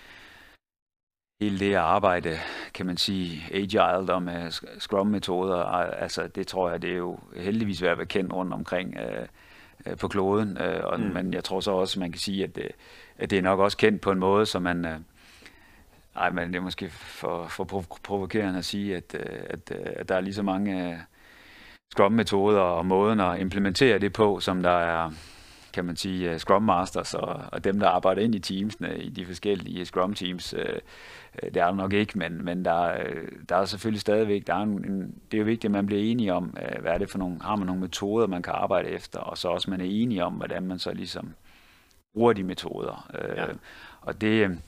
Speaker 2: hele det at arbejde, kan man sige, agile og med Scrum-metoder, altså det tror jeg, det er jo heldigvis ved at være kendt rundt omkring øh, på kloden, øh, og, mm. men jeg tror så også, man kan sige, at, at det er nok også kendt på en måde, så man, øh, ej, men det er måske for, for provokerende at sige, at, at, at der er lige så mange øh, Scrum-metoder og måden at implementere det på, som der er, kan man sige, Scrum Masters og, og dem, der arbejder ind i teamsene, i de forskellige Scrum Teams. Øh, det er der nok ikke, men, men der, der er selvfølgelig stadigvæk, der er en, en, det er jo vigtigt, at man bliver enige om, øh, hvad er det for nogle, har man nogle metoder, man kan arbejde efter, og så også man er enige om, hvordan man så ligesom bruger de metoder. Øh, ja. Og det,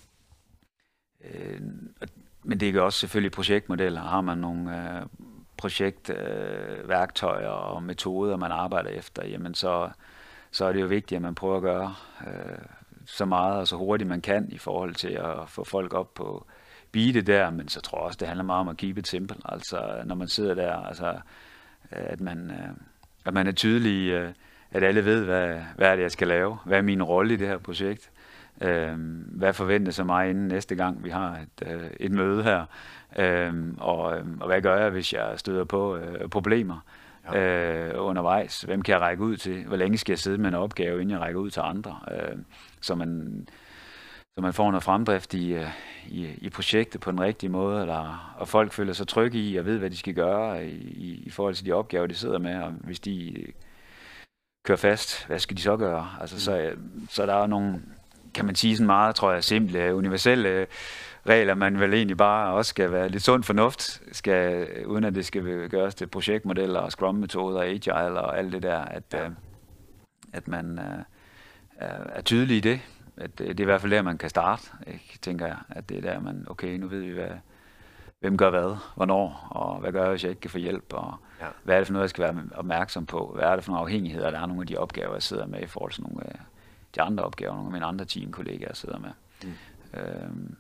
Speaker 2: øh, men det er jo også selvfølgelig projektmodeller. Har man nogle øh, projektværktøjer øh, og metoder, man arbejder efter, jamen så så er det jo vigtigt, at man prøver at gøre øh, så meget og så hurtigt man kan i forhold til at få folk op på beatet der, men så tror jeg også, det handler meget om at keep it simple. Altså når man sidder der, altså at man, øh, at man er tydelig, øh, at alle ved, hvad, hvad er det, jeg skal lave, hvad er min rolle i det her projekt, øh, hvad forventes af mig inden næste gang, vi har et, øh, et møde her, øh, og, og hvad gør jeg, hvis jeg støder på øh, problemer ja. øh, undervejs, hvem kan jeg række ud til, hvor længe skal jeg sidde med en opgave, inden jeg rækker ud til andre, øh, så man... så man får noget fremdrift i, i, i projektet på den rigtige måde, eller, og folk føler sig trygge i og ved, hvad de skal gøre i, i, i forhold til de opgaver, de sidder med, og hvis de kører fast, hvad skal de så gøre? Altså, så, så der er nogle, kan man sige, sådan meget, tror jeg, simple, universelle regler, man vel egentlig bare også skal være lidt sund fornuft, skal, uden at det skal gøres til projektmodeller og scrum-metoder, agile og alt det der, at, ja. uh, at man uh, er, er tydelig i det. At det er i hvert fald der, man kan starte, ikke? Tænker jeg. At det er der, man, okay, nu ved vi, hvad, hvem gør hvad, hvornår, og hvad gør jeg, hvis jeg ikke kan få hjælp, og ja. hvad er det for noget, jeg skal være opmærksom på, hvad er det for nogle afhængigheder, der er nogle af de opgaver, jeg sidder med, i forhold til nogle af de andre opgaver, nogle af mine andre teamkollegaer sidder med. Mm. Øhm,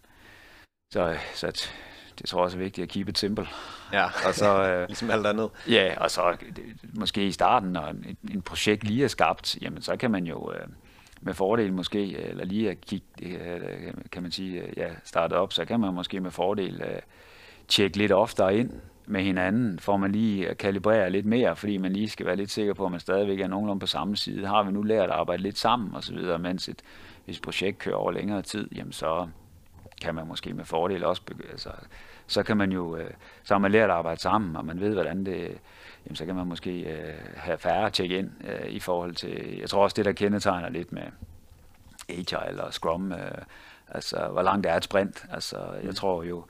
Speaker 2: så så at, det tror jeg også er vigtigt at keep it simple.
Speaker 3: Ja,
Speaker 2: og så, øh,
Speaker 3: ligesom alt andet.
Speaker 2: Ja, og så det, måske i starten, når en, en projekt lige er skabt, jamen så kan man jo... Øh, med fordel måske, eller lige at kigge, kan man sige, ja, startet op, så kan man måske med fordel uh, tjekke lidt oftere ind med hinanden, for man lige kalibrere lidt mere, fordi man lige skal være lidt sikker på, at man stadigvæk er nogenlunde på samme side. Har vi nu lært at arbejde lidt sammen og så videre, mens et, hvis et projekt kører over længere tid, jamen så kan man måske med fordel også, altså, så kan man jo, så har man lært at arbejde sammen, og man ved, hvordan det, jamen så kan man måske øh, have færre check-in øh, i forhold til, jeg tror også det, der kendetegner lidt med Agile og Scrum, øh, altså hvor langt det er et sprint. Altså jeg tror jo,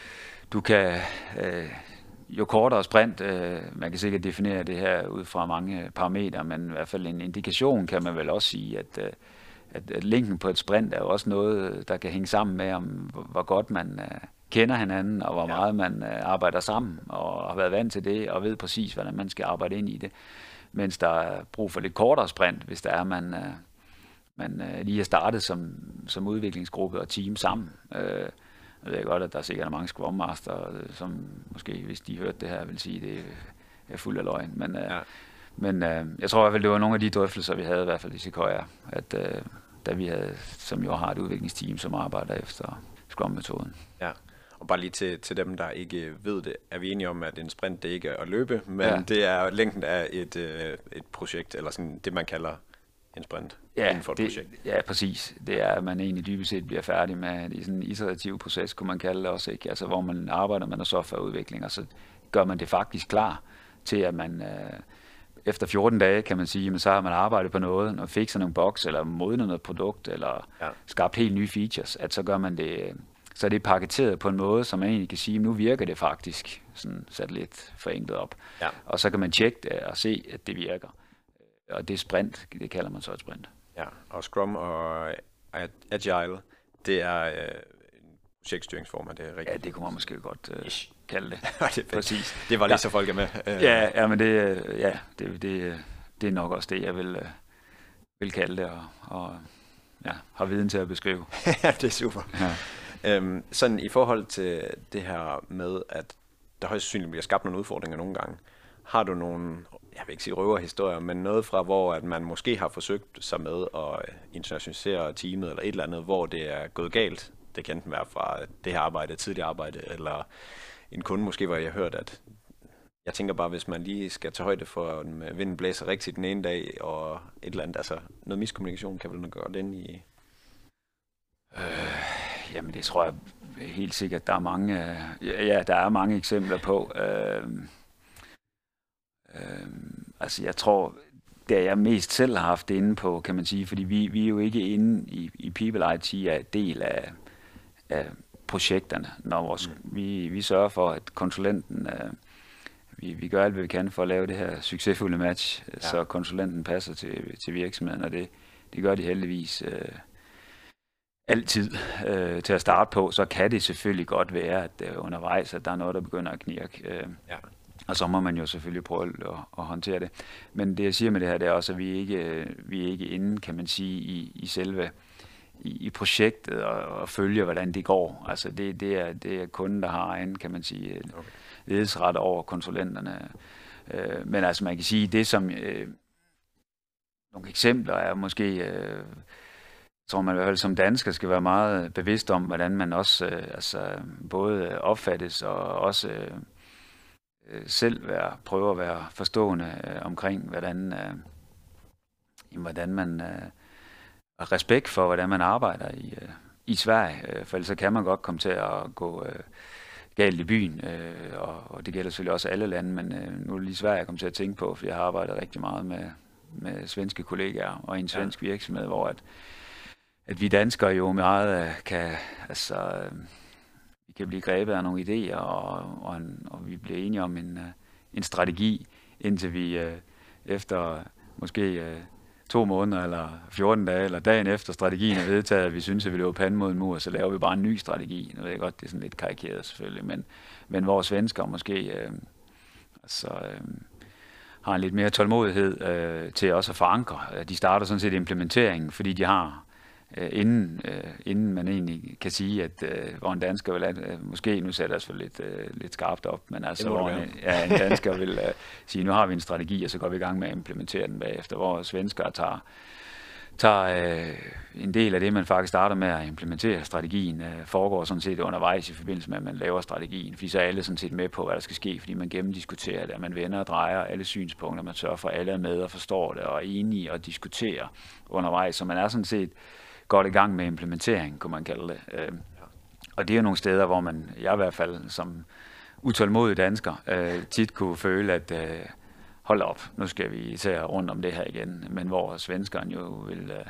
Speaker 2: du kan, øh, jo kortere sprint, øh, man kan sikkert definere det her ud fra mange parametre, men i hvert fald en indikation kan man vel også sige, at, øh, at, at linken på et sprint er jo også noget, der kan hænge sammen med, om hvor godt man øh, kender hinanden, og hvor meget ja. man øh, arbejder sammen, og har været vant til det, og ved præcis, hvordan man skal arbejde ind i det. Mens der er brug for lidt kortere sprint, hvis der er, man, øh, man øh, lige har startet som, som udviklingsgruppe og team sammen. Øh, jeg ved godt, at der sikkert er mange Scrum Master, som måske, hvis de hørte det her, vil sige, at det er fuld af løgn. Men, øh, ja. men øh, jeg tror i hvert fald, det var nogle af de drøftelser, vi havde i hvert fald i Sequoia, at øh, da vi havde, som jo har et udviklingsteam, som arbejder efter Scrum-metoden.
Speaker 3: Ja. Og bare lige til, til dem, der ikke ved det, er vi enige om, at en sprint det ikke er at løbe, men ja. det er længden af et, øh, et projekt, eller sådan det, man kalder en sprint
Speaker 2: ja,
Speaker 3: inden for et
Speaker 2: det,
Speaker 3: projekt.
Speaker 2: Ja, præcis. Det er, at man egentlig dybest set bliver færdig med det er sådan en iterativ proces, kunne man kalde det også, ikke? Altså, hvor man arbejder med noget softwareudvikling, og så gør man det faktisk klar til, at man øh, efter fjorten dage, kan man sige, men så har man arbejdet på noget, og fikser nogle bugs, eller modnet noget produkt, eller ja. skabt helt nye features, at så gør man det... Så er det paketeret på en måde, som man egentlig kan sige, nu virker det faktisk, sådan sat lidt forenklet op. Ja. Og så kan man tjekke det og se, at det virker. Og det er sprint, det kalder man så et sprint.
Speaker 3: Ja, og Scrum og Agile, det er øh, en projektstyringsform, er det rigtigt?
Speaker 2: Ja, det kunne man måske godt øh, kalde det.
Speaker 3: det er præcis. Det var lige så folk er med.
Speaker 2: ja, ja, men det, ja, det, det, det er nok også det, jeg vil, vil kalde det, og, og ja, har viden til at beskrive.
Speaker 3: Ja, det er super. Ja. Øhm, sådan i forhold til det her med, at der højst sandsynligt bliver skabt nogle udfordringer nogle gange, har du nogle, jeg vil ikke sige røverhistorier, men noget fra, hvor at man måske har forsøgt sig med at internationalisere teamet eller et eller andet, hvor det er gået galt? Det kan enten være fra det her arbejde, tidligere arbejde, eller en kunde måske, hvor jeg har hørt, at jeg tænker bare, hvis man lige skal tage højde for, at vinden blæser rigtigt den ene dag, og et eller andet, altså noget miskommunikation kan vel gøre den i...
Speaker 2: Øh, jamen det tror jeg helt sikkert, der er mange, øh, ja, der er mange eksempler på. Øh, øh, altså jeg tror, det jeg mest selv har haft inde på, kan man sige, fordi vi, vi er jo ikke inde i, i People I T er en del af, af projekterne. Når vores, mm. vi, vi sørger for, at konsulenten, øh, vi, vi gør alt, hvad vi kan for at lave det her succesfulde match, ja. så konsulenten passer til, til virksomheden, og det, det gør de heldigvis øh, altid øh, til at starte på. Så kan det selvfølgelig godt være, at øh, undervejs, at der er noget, der begynder at knirke. Øh, ja. Og så må man jo selvfølgelig prøve at, at håndtere det. Men det jeg siger med det her, det er også, at vi ikke vi er ikke inde, kan man sige, i, i selve i, i projektet og, og følge, hvordan det går. Altså det, det, er, det er kunden, der har egen, kan man sige, okay. ledelsesret over konsulenterne. Øh, men altså man kan sige, det som, øh, nogle eksempler er måske, øh, jeg tror man i hvert fald som dansker skal være meget bevidst om, hvordan man også øh, altså, både opfattes og også øh, selv være, prøve at være forstående øh, omkring, hvordan, øh, hvordan man øh, har respekt for, hvordan man arbejder i, øh, i Sverige. Øh, for ellers så kan man godt komme til at gå øh, galt i byen, øh, og, og det gælder selvfølgelig også alle lande, men øh, nu er det lige Sverige, jeg kommer til at tænke på, for jeg har arbejdet rigtig meget med, med svenske kollegaer og i en svensk ja. virksomhed, hvor at, at vi danskere jo meget øh, kan, altså, øh, vi kan blive grebet af nogle idéer, og, og, en, og vi bliver enige om en, øh, en strategi, indtil vi øh, efter måske øh, to måneder, eller fjorten dage, eller dagen efter strategien er vedtaget, at vi synes, at vi løber panden mod en mur, så laver vi bare en ny strategi. Nu ved jeg godt, det er sådan lidt karikeret selvfølgelig, men, men hvor svensker måske øh, altså, øh, har en lidt mere tålmodighed øh, til også at forankre. De starter sådan set implementeringen, fordi de har, øh, inden, øh, inden man egentlig kan sige, at øh, hvor en dansker vil, øh, måske nu sætter jeg selvfølgelig lidt, øh, lidt skarpt op, men altså hvor en, ja, en dansker vil øh, sige, nu har vi en strategi, og så går vi i gang med at implementere den bagefter, hvor svenskere tager, tager øh, en del af det, man faktisk starter med at implementere strategien, øh, foregår sådan set undervejs i forbindelse med, at man laver strategien, fordi så er alle sådan set med på, hvad der skal ske, fordi man gennemdiskuterer det, at man vender og drejer alle synspunkter, man sørger for, at alle er med og forstår det, og er enige og diskuterer undervejs, så man er sådan set godt i gang med implementering, kunne man kalde det. Øh, og det er jo nogle steder, hvor man, jeg i hvert fald som utålmodig dansker, øh, tit kunne føle, at øh, hold op, nu skal vi tage rundt om det her igen. Men hvor svenskeren jo vil, øh,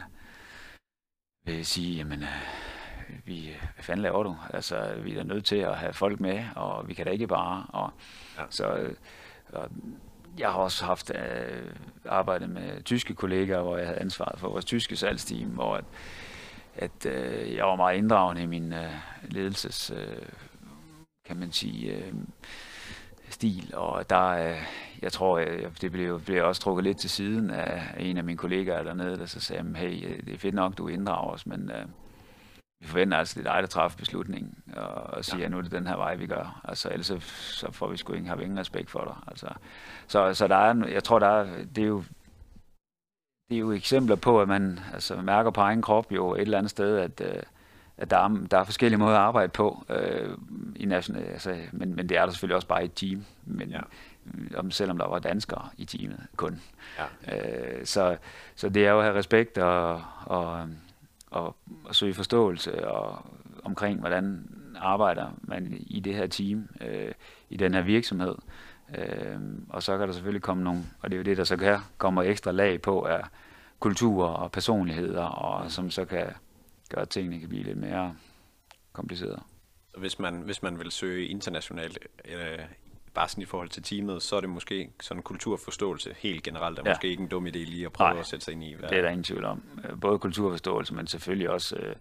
Speaker 2: vil sige, jamen, øh, vi, hvad fanden laver du? Altså, vi er nødt til at have folk med, og vi kan da ikke bare. Og, ja. Så øh, og jeg har også haft øh, arbejdet med tyske kollegaer, hvor jeg havde ansvaret for vores tyske salgsteam, hvor at, at øh, jeg var meget inddragende i min øh, ledelses, øh, kan man sige, øh, stil, og der, øh, jeg tror, jeg, det blev, blev også trukket lidt til siden af en af mine kollegaer dernede, der så sagde, hey, det er fedt nok, du inddrager os, men øh, vi forventer altså, det er dig, der træffer beslutningen, og, og siger, ja. nu er det den her vej, vi gør. Altså, ellers så, så får vi sgu ikke, har vi ingen respekt for dig. Altså, så, så der er, jeg tror, der er, det er jo, det er jo eksempler på, at man altså, mærker på egen krop jo et eller andet sted, at, øh, at der, er, der er forskellige måder at arbejde på, øh, i national, altså, men, men det er der selvfølgelig også bare i et team, men, ja. om, selvom der var danskere i teamet kun. Ja. Øh, så, så det er jo at have respekt og, og, og, og søge forståelse og, omkring, hvordan arbejder man i det her team, øh, i den her virksomhed. Øh, og så kan der selvfølgelig komme nogle, og det er jo det, der så kan komme ekstra lag på af kultur og personligheder, og som så kan gøre, at tingene kan blive lidt mere komplicerede.
Speaker 3: Så hvis man, hvis man vil søge internationalt, øh, bare sådan i forhold til teamet, så er det måske sådan en kulturforståelse helt generelt, er ja. måske ikke en dum idé lige at prøve Nej, at sætte sig ind i. Hvad
Speaker 2: det er der ingen tvivl om. Både kulturforståelse, men selvfølgelig også, øh,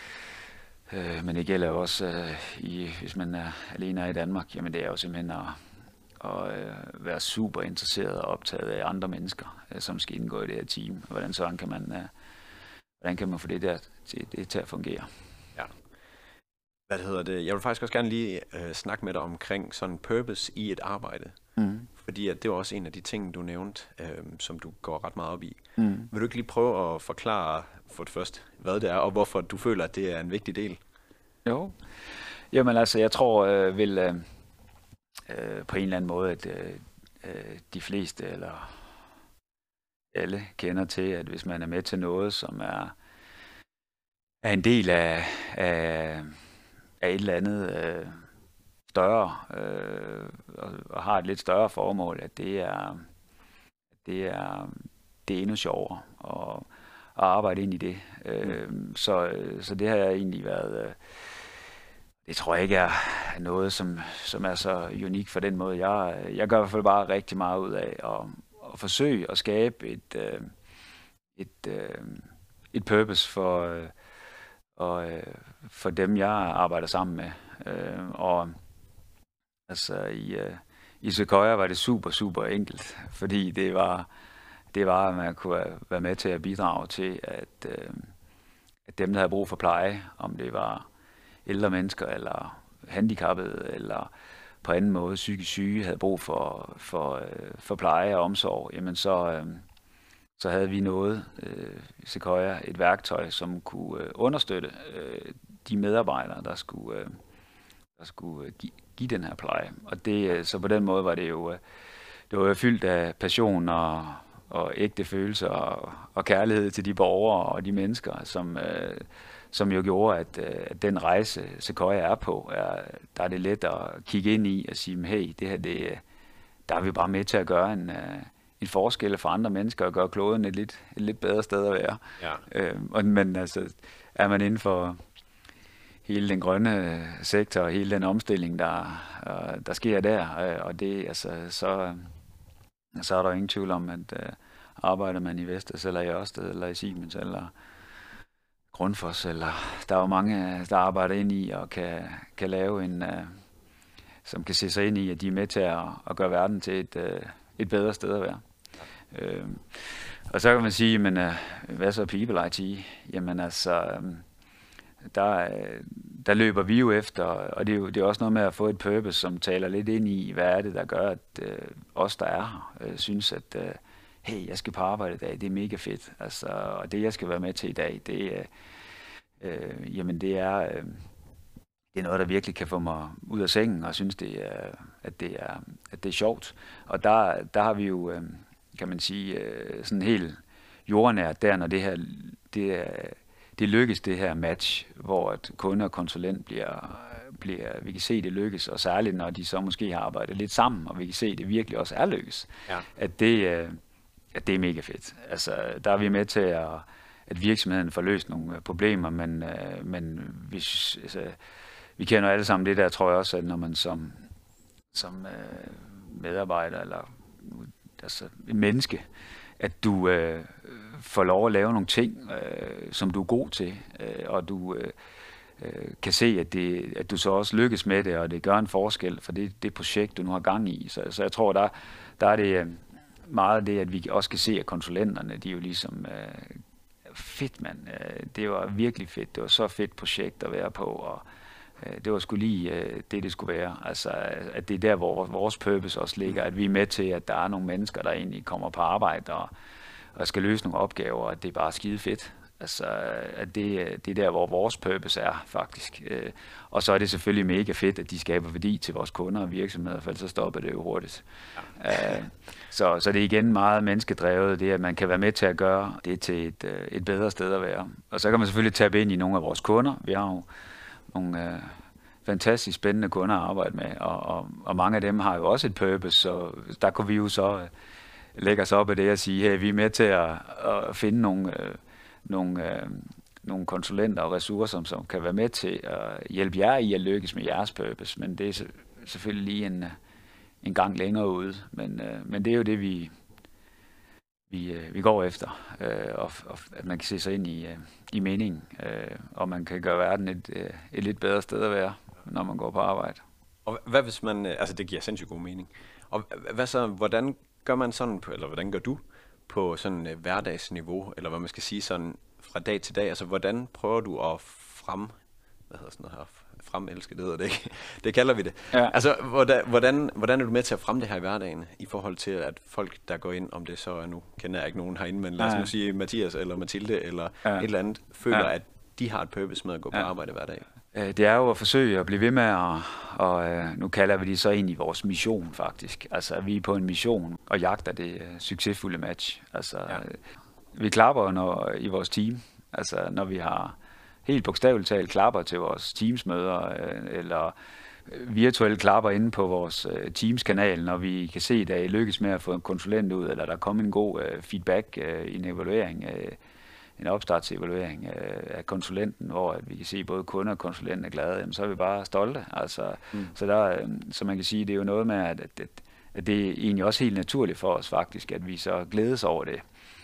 Speaker 2: øh, men det gælder jo også, øh, i, hvis man er alene er i Danmark, jamen det er jo simpelthen at, at øh, være super interesseret og optaget af andre mennesker, øh, som skal indgå i det her team. Hvordan sådan kan man, øh, hvordan kan man få det der til, det til at fungere?
Speaker 3: Ja. Hvad hedder det? Jeg vil faktisk også gerne lige øh, snakke med dig omkring sådan purpose i et arbejde. Mm. Fordi at det var også en af de ting, du nævnte, øh, som du går ret meget op i. Mm. Vil du ikke lige prøve at forklare for det første, hvad det er, og hvorfor du føler, at det er en vigtig del?
Speaker 2: Jo. Jamen altså, jeg tror øh, vil øh, øh, på en eller anden måde, at øh, øh, de fleste eller alle kender til, at hvis man er med til noget, som er, er en del af, af, af et eller andet øh, større, øh, og, og har et lidt større formål, at det er, det er, det er endnu sjovere at, at arbejde ind i det. Mm. Øh, så, så det har jeg egentlig været... Øh, det tror jeg ikke er noget, som, som er så unik for den måde. Jeg, jeg gør i hvert fald bare rigtig meget ud af at, at forsøge at skabe et, øh, et, øh, et purpose for, øh, og, øh, for dem, jeg arbejder sammen med. Øh, og altså i, øh, i Sequoia var det super, super enkelt, fordi det var, det var, at man kunne være med til at bidrage til, at, øh, at dem, der havde brug for pleje, om det var ældre mennesker, eller handicappede, eller på anden måde psykisk syge, havde brug for, for, for pleje og omsorg, jamen så, øh, så havde vi noget, øh, Sequoia, et værktøj, som kunne øh, understøtte øh, de medarbejdere, der skulle, øh, der skulle øh, give, give den her pleje. Og det, øh, så på den måde var det jo, øh, det var jo fyldt af passion og, og ægte følelser og, og kærlighed til de borgere og de mennesker, som, øh, som jo gjorde, at, øh, at den rejse, Sequoia er på, er, der er det let at kigge ind i og sige, hey, det her, det, der er vi bare med til at gøre en... Øh, en forskel for andre mennesker og gøre kloden et lidt, et lidt bedre sted at være. Ja. Øh, og, men altså, er man inden for hele den grønne sektor og hele den omstilling, der, øh, der sker der, øh, og det, altså, så, så er der ingen tvivl om, at øh, arbejder man i Vestas, eller i Ørsted, eller i Siemens, eller Grundfos, eller der er jo mange, der arbejder ind i og kan, kan lave en, øh, som kan se sig ind i, at de er med til at, at gøre verden til et, øh, et bedre sted at være. Øh, og så kan man sige, men øh, hvad så People I T? Jamen altså, øh, der, der løber vi jo efter, og det er jo det er også noget med at få et purpose, som taler lidt ind i, hvad er det, der gør, at øh, os, der er her, øh, synes, at øh, hey, jeg skal på arbejde i dag, det er mega fedt. Altså, og det, jeg skal være med til i dag, det, øh, jamen, det er... Øh, Det er noget, der virkelig kan få mig ud af sengen, og synes, det er, at, det er, at det er sjovt. Og der, der har vi jo, kan man sige, sådan helt jordnært der, når det her, det, det lykkes, det her match, hvor at kunde og konsulent bliver, bliver, vi kan se, det lykkes, og særligt, når de så måske har arbejdet lidt sammen, og vi kan se, at det virkelig også er lykkes, ja. at, det, at det er mega fedt. Altså, der er vi med til, at, at virksomheden får løst nogle problemer, men, men hvis... Altså, vi kender alle sammen det der, tror jeg også, at når man som, som øh, medarbejder eller altså en menneske, at du øh, får lov at lave nogle ting, øh, som du er god til, øh, og du øh, kan se, at, det, at du så også lykkes med det, og det gør en forskel for det, det projekt, du nu har gang i. Så, så jeg tror, der, der er det meget det, at vi også kan se, at konsulenterne, de er jo ligesom... Øh, fedt, mand. Det var virkelig fedt. Det var så fedt projekt at være på, og det var sgu lige det, det skulle være. Altså, at det er der, hvor vores purpose også ligger, at vi er med til, at der er nogle mennesker, der egentlig kommer på arbejde og, og skal løse nogle opgaver, og det er bare skide fedt. Altså, at det, det er der, hvor vores purpose er, faktisk. Og så er det selvfølgelig mega fedt, at de skaber værdi til vores kunder og virksomheder, for så stopper det jo hurtigt. Ja. Så, så det er igen meget menneskedrevet, det at man kan være med til at gøre det til et, et bedre sted at være. Og så kan man selvfølgelig tabe ind i nogle af vores kunder. Vi har jo nogle øh, fantastisk spændende kunder at arbejde med, og, og, og mange af dem har jo også et purpose, så der kunne vi jo så øh, lægge os op af det og sige, hey, vi er med til at, at finde nogle, øh, nogle, øh, nogle konsulenter og ressourcer, som kan være med til at hjælpe jer i at lykkes med jeres purpose, men det er selvfølgelig lige en, en gang længere ude, men, øh, men det er jo det, vi, vi, øh, vi går efter, øh, og, og at man kan se sig ind i, øh, i meningen, øh, og man kan gøre verden et, øh, et lidt bedre sted at være, når man går på arbejde.
Speaker 3: Og hvad hvis man, altså det giver sindssygt god mening, og hvad så, hvordan gør man sådan, på, eller hvordan gør du på sådan et hverdagsniveau, eller hvad man skal sige sådan fra dag til dag, altså hvordan prøver du at frem, hvad hedder sådan noget her, fremelske, det hedder det ikke, det kalder vi det. Ja. Altså, hvordan, hvordan, hvordan er du med til at fremme det her i hverdagen, i forhold til, at folk, der går ind, om det så er nu, kender jeg ikke nogen herinde, men lad os ja. nu sige Mathias eller Mathilde, eller ja. et eller andet, føler, ja. at de har et purpose med at gå på ja. arbejde hver dag?
Speaker 2: Det er jo at forsøge at blive ved med, at, og nu kalder vi det så ind i vores mission, faktisk. Altså, vi er på en mission og jagter det succesfulde match. Altså, ja. vi klapper når, i vores team, altså når vi har helt bogstaveligt talt klapper til vores Teams-møder, eller virtuelle klapper inde på vores Teams-kanal, når vi kan se, at I lykkes med at få en konsulent ud, eller der er kommet en god feedback i en evaluering, en opstartsevaluering af konsulenten, hvor vi kan se, at både kunder og konsulenten er glade, jamen, så er vi bare stolte. Altså, mm. så, der, så man kan sige, at det er jo noget med, at, at, at det er egentlig også helt naturligt for os faktisk, at vi så glædes over det.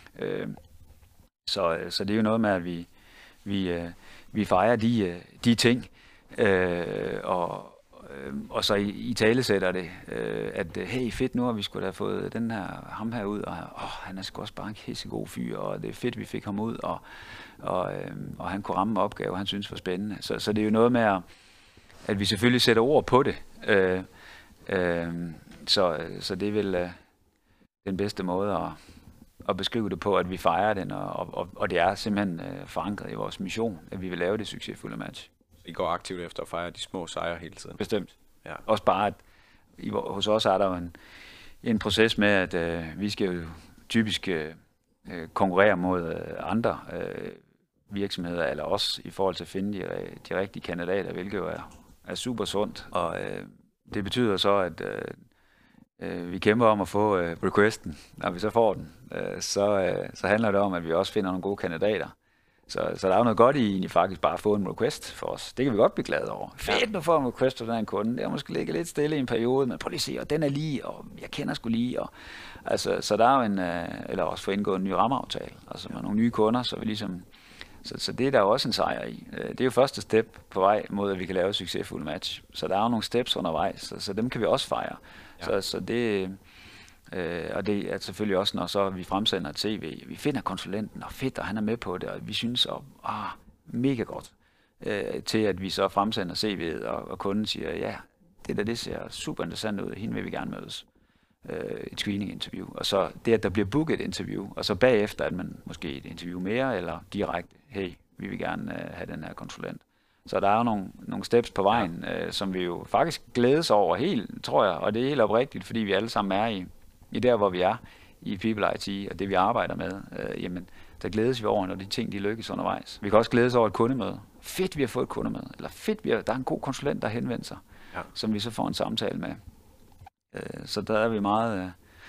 Speaker 2: Så, så det er jo noget med, at vi Vi, øh, vi fejrer de, øh, de ting, øh, og, øh, og så i, i talesætter det, øh, at hey, fedt, nu har vi sgu da fået den her, ham her ud, og åh, han er sgu også bare en pissegod fyr, og det er fedt, vi fik ham ud, og, og, øh, og han kunne ramme en opgave, han synes var spændende. Så, så det er jo noget med, at, at vi selvfølgelig sætter ord på det. Øh, øh, så, så det er vel øh, den bedste måde at, at beskrive det på, at vi fejrer den, og, og, og det er simpelthen øh, forankret i vores mission, at vi vil lave det succesfulde match.
Speaker 3: I går aktivt efter at fejre de små sejre hele tiden.
Speaker 2: Bestemt.
Speaker 3: Ja.
Speaker 2: Også bare, at i, hos os er der jo en, en proces med, at øh, vi skal jo typisk øh, konkurrere mod øh, andre øh, virksomheder, eller også i forhold til at finde de, de rigtige kandidater, hvilket jo er, er super sundt. Og øh, det betyder så, at øh, øh, vi kæmper om at få øh, requesten. Når vi så får den, øh, så, øh, så handler det om, at vi også finder nogle gode kandidater. Så, så der er jo noget godt i egentlig faktisk bare at få en request for os. Det kan vi godt blive glade over. Fedt, du får en request for den her kunde. Det er måske ligget lidt stille i en periode, men prøv lige at se, og den er lige, og jeg kender sgu lige. Og, altså, så der er jo en, øh, eller også få indgået en ny rammeaftale, altså med nogle nye kunder, så vi ligesom, så, så det er der jo også en sejr i. Det er jo første step på vej mod, at vi kan lave et succesfuldt match. Så der er jo nogle steps undervejs, så, så dem kan vi også fejre. Ja. Så, så det... Øh, og det er selvfølgelig også, når så vi fremsender et C V, vi finder konsulenten, og fedt, og han er med på det, og vi synes, at ah, mega godt, øh, til at vi så fremsender C V'et, og, og kunden siger, ja, det der, det ser super interessant ud, hende vil vi gerne mødes. Øh, et screening-interview, og så det, at der bliver booket et interview, og så bagefter, at man måske et interview mere, eller direkte, hey, vi vil gerne øh, have den her konsulent. Så der er jo nogle, nogle steps på vejen, øh, som vi jo faktisk glædes over helt, tror jeg, og det er helt oprigtigt, fordi vi alle sammen er i i der, hvor vi er i People I T, og det vi arbejder med, øh, jamen, der glædes vi over, når de ting, de lykkes undervejs. Vi kan også glædes over et kundemøde. Fedt, vi har fået et kundemøde. Eller fedt, vi har, der er en god konsulent, der henvender sig, ja. Som vi så får en samtale med. Øh, så der er vi meget, øh,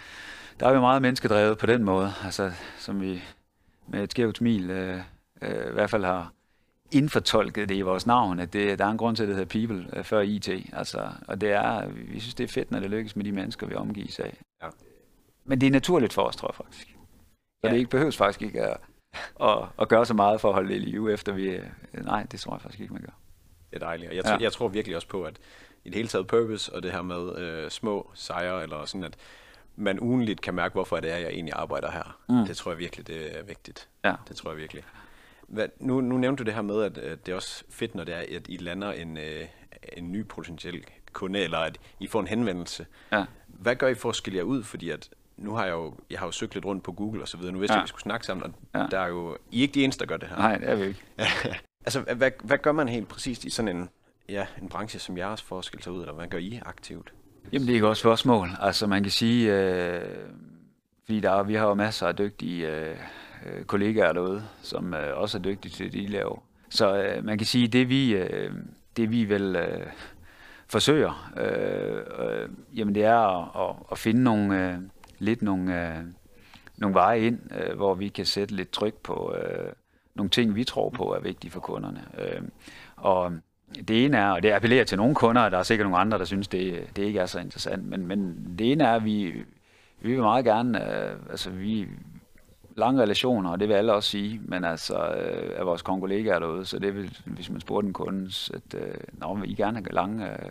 Speaker 2: der er vi meget menneskedrevet på den måde, altså, som vi med et skævt smil øh, øh, i hvert fald har indfortolket det i vores navn, at det, der er en grund til, at det hedder People øh, før I T. Altså, og det er, vi synes, det er fedt, når det lykkes med de mennesker, vi omgives af. Ja. Men det er naturligt for os, tror jeg faktisk. Så ja. Det ikke behøves faktisk ikke at, at, at gøre så meget for at holde det i live, efter vi... Nej, det tror jeg faktisk ikke, man gør.
Speaker 3: Det er dejligt. Jeg, ja. jeg tror virkelig også på, at i det hele taget purpose, og det her med øh, små sejre, eller sådan, at man ugenligt kan mærke, hvorfor det er, jeg egentlig arbejder her. Mm. Det tror jeg virkelig, det er vigtigt. Ja. Det tror jeg virkelig. Hvad, nu, nu nævnte du det her med, at, at det er også fedt, når det er, at I lander en, øh, en ny potentiel kunde, eller at I får en henvendelse. Ja. Hvad gør I for at skille jer ud? Fordi at nu har jeg jo, jeg har jo søgt lidt rundt på Google og så videre. Nu vidste ja. jeg, at vi skulle snakke sammen, og ja. der er jo, I er ikke de eneste, der gør det her.
Speaker 2: Nej, det er vi ikke.
Speaker 3: Altså, hvad, hvad gør man helt præcist i sådan en, ja, en branche som jeres for at skille sig ud, eller hvad gør I aktivt?
Speaker 2: Jamen, det er jo også spørgsmål. Altså, man kan sige, øh, fordi der er, vi har jo masser af dygtige øh, kollegaer derude, som øh, også er dygtige til det, de laver. Så øh, man kan sige, det vi, øh, det vi vel øh, forsøger, øh, øh, jamen det er at, at, at finde nogle, øh, lidt nogle, øh, nogle veje ind, øh, hvor vi kan sætte lidt tryk på øh, nogle ting, vi tror på er vigtige for kunderne. Øh, og det ene er, og det appellerer til nogle kunder, og der er sikkert nogle andre, der synes, det, det ikke er så interessant, men, men det ene er, at vi, vi vil meget gerne, øh, altså vi lange relationer, og det vil alle også sige, men altså øh, af vores kollegaer derude, så det vil, hvis man spurgte en kunde, at øh, nå, vil I gerne have lange, øh,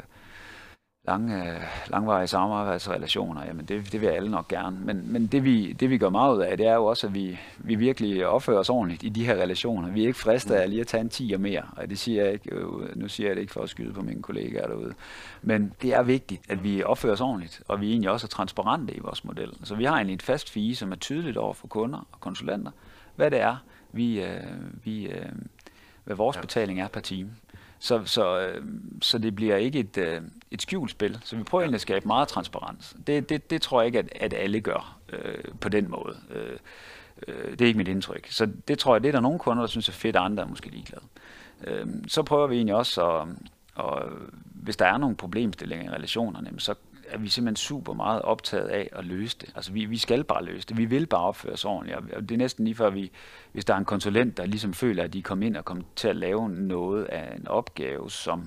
Speaker 2: lange, øh, langvarige samarbejdsrelationer, jamen det, det vil alle nok gerne. Men, men det, vi, det vi gør meget ud af, det er jo også, at vi, vi virkelig opfører os ordentligt i de her relationer. Vi er ikke fristet af lige at tage en tier mere, og det siger jeg ikke, øh, nu siger jeg det ikke for at skyde på mine kollegaer derude. Men det er vigtigt, at vi opfører os ordentligt, og vi egentlig også er transparente i vores model. Så vi har egentlig et fast fee, som er tydeligt over for kunder og konsulenter, hvad det er, vi, øh, vi, øh, hvad vores ja. betaling er per time. Så, så, øh, så det bliver ikke et, øh, et skjulspil. Så vi prøver egentlig at skabe meget transparens. Det, det, det tror jeg ikke, at, at alle gør øh, på den måde. Øh, øh, det er ikke mit indtryk. Så det tror jeg, det er der nogle kunder, der synes er fedt, og andre er måske ligeglade. Øh, så prøver vi egentlig også, at, og, hvis der er nogle problemstillinger i relationerne, så er vi simpelthen super meget optaget af at løse det. Altså vi, vi skal bare løse det. Vi vil bare opføre os ordentligt. Og det er næsten lige før, vi, hvis der er en konsulent, der ligesom føler, at de kommer ind og kommer til at lave noget af en opgave, som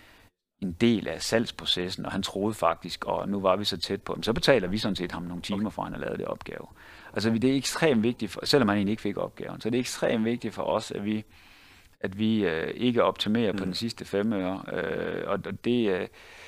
Speaker 2: en del af salgsprocessen, og han troede faktisk, og nu var vi så tæt på ham, så betaler vi sådan set ham nogle timer for, at han har lavet det opgave. Altså det er ekstremt vigtigt, for, selvom han egentlig ikke fik opgaven, så det er ekstremt vigtigt for os, at vi, at vi øh, ikke optimerer mm. på den sidste fem øre. Øh, og det øh,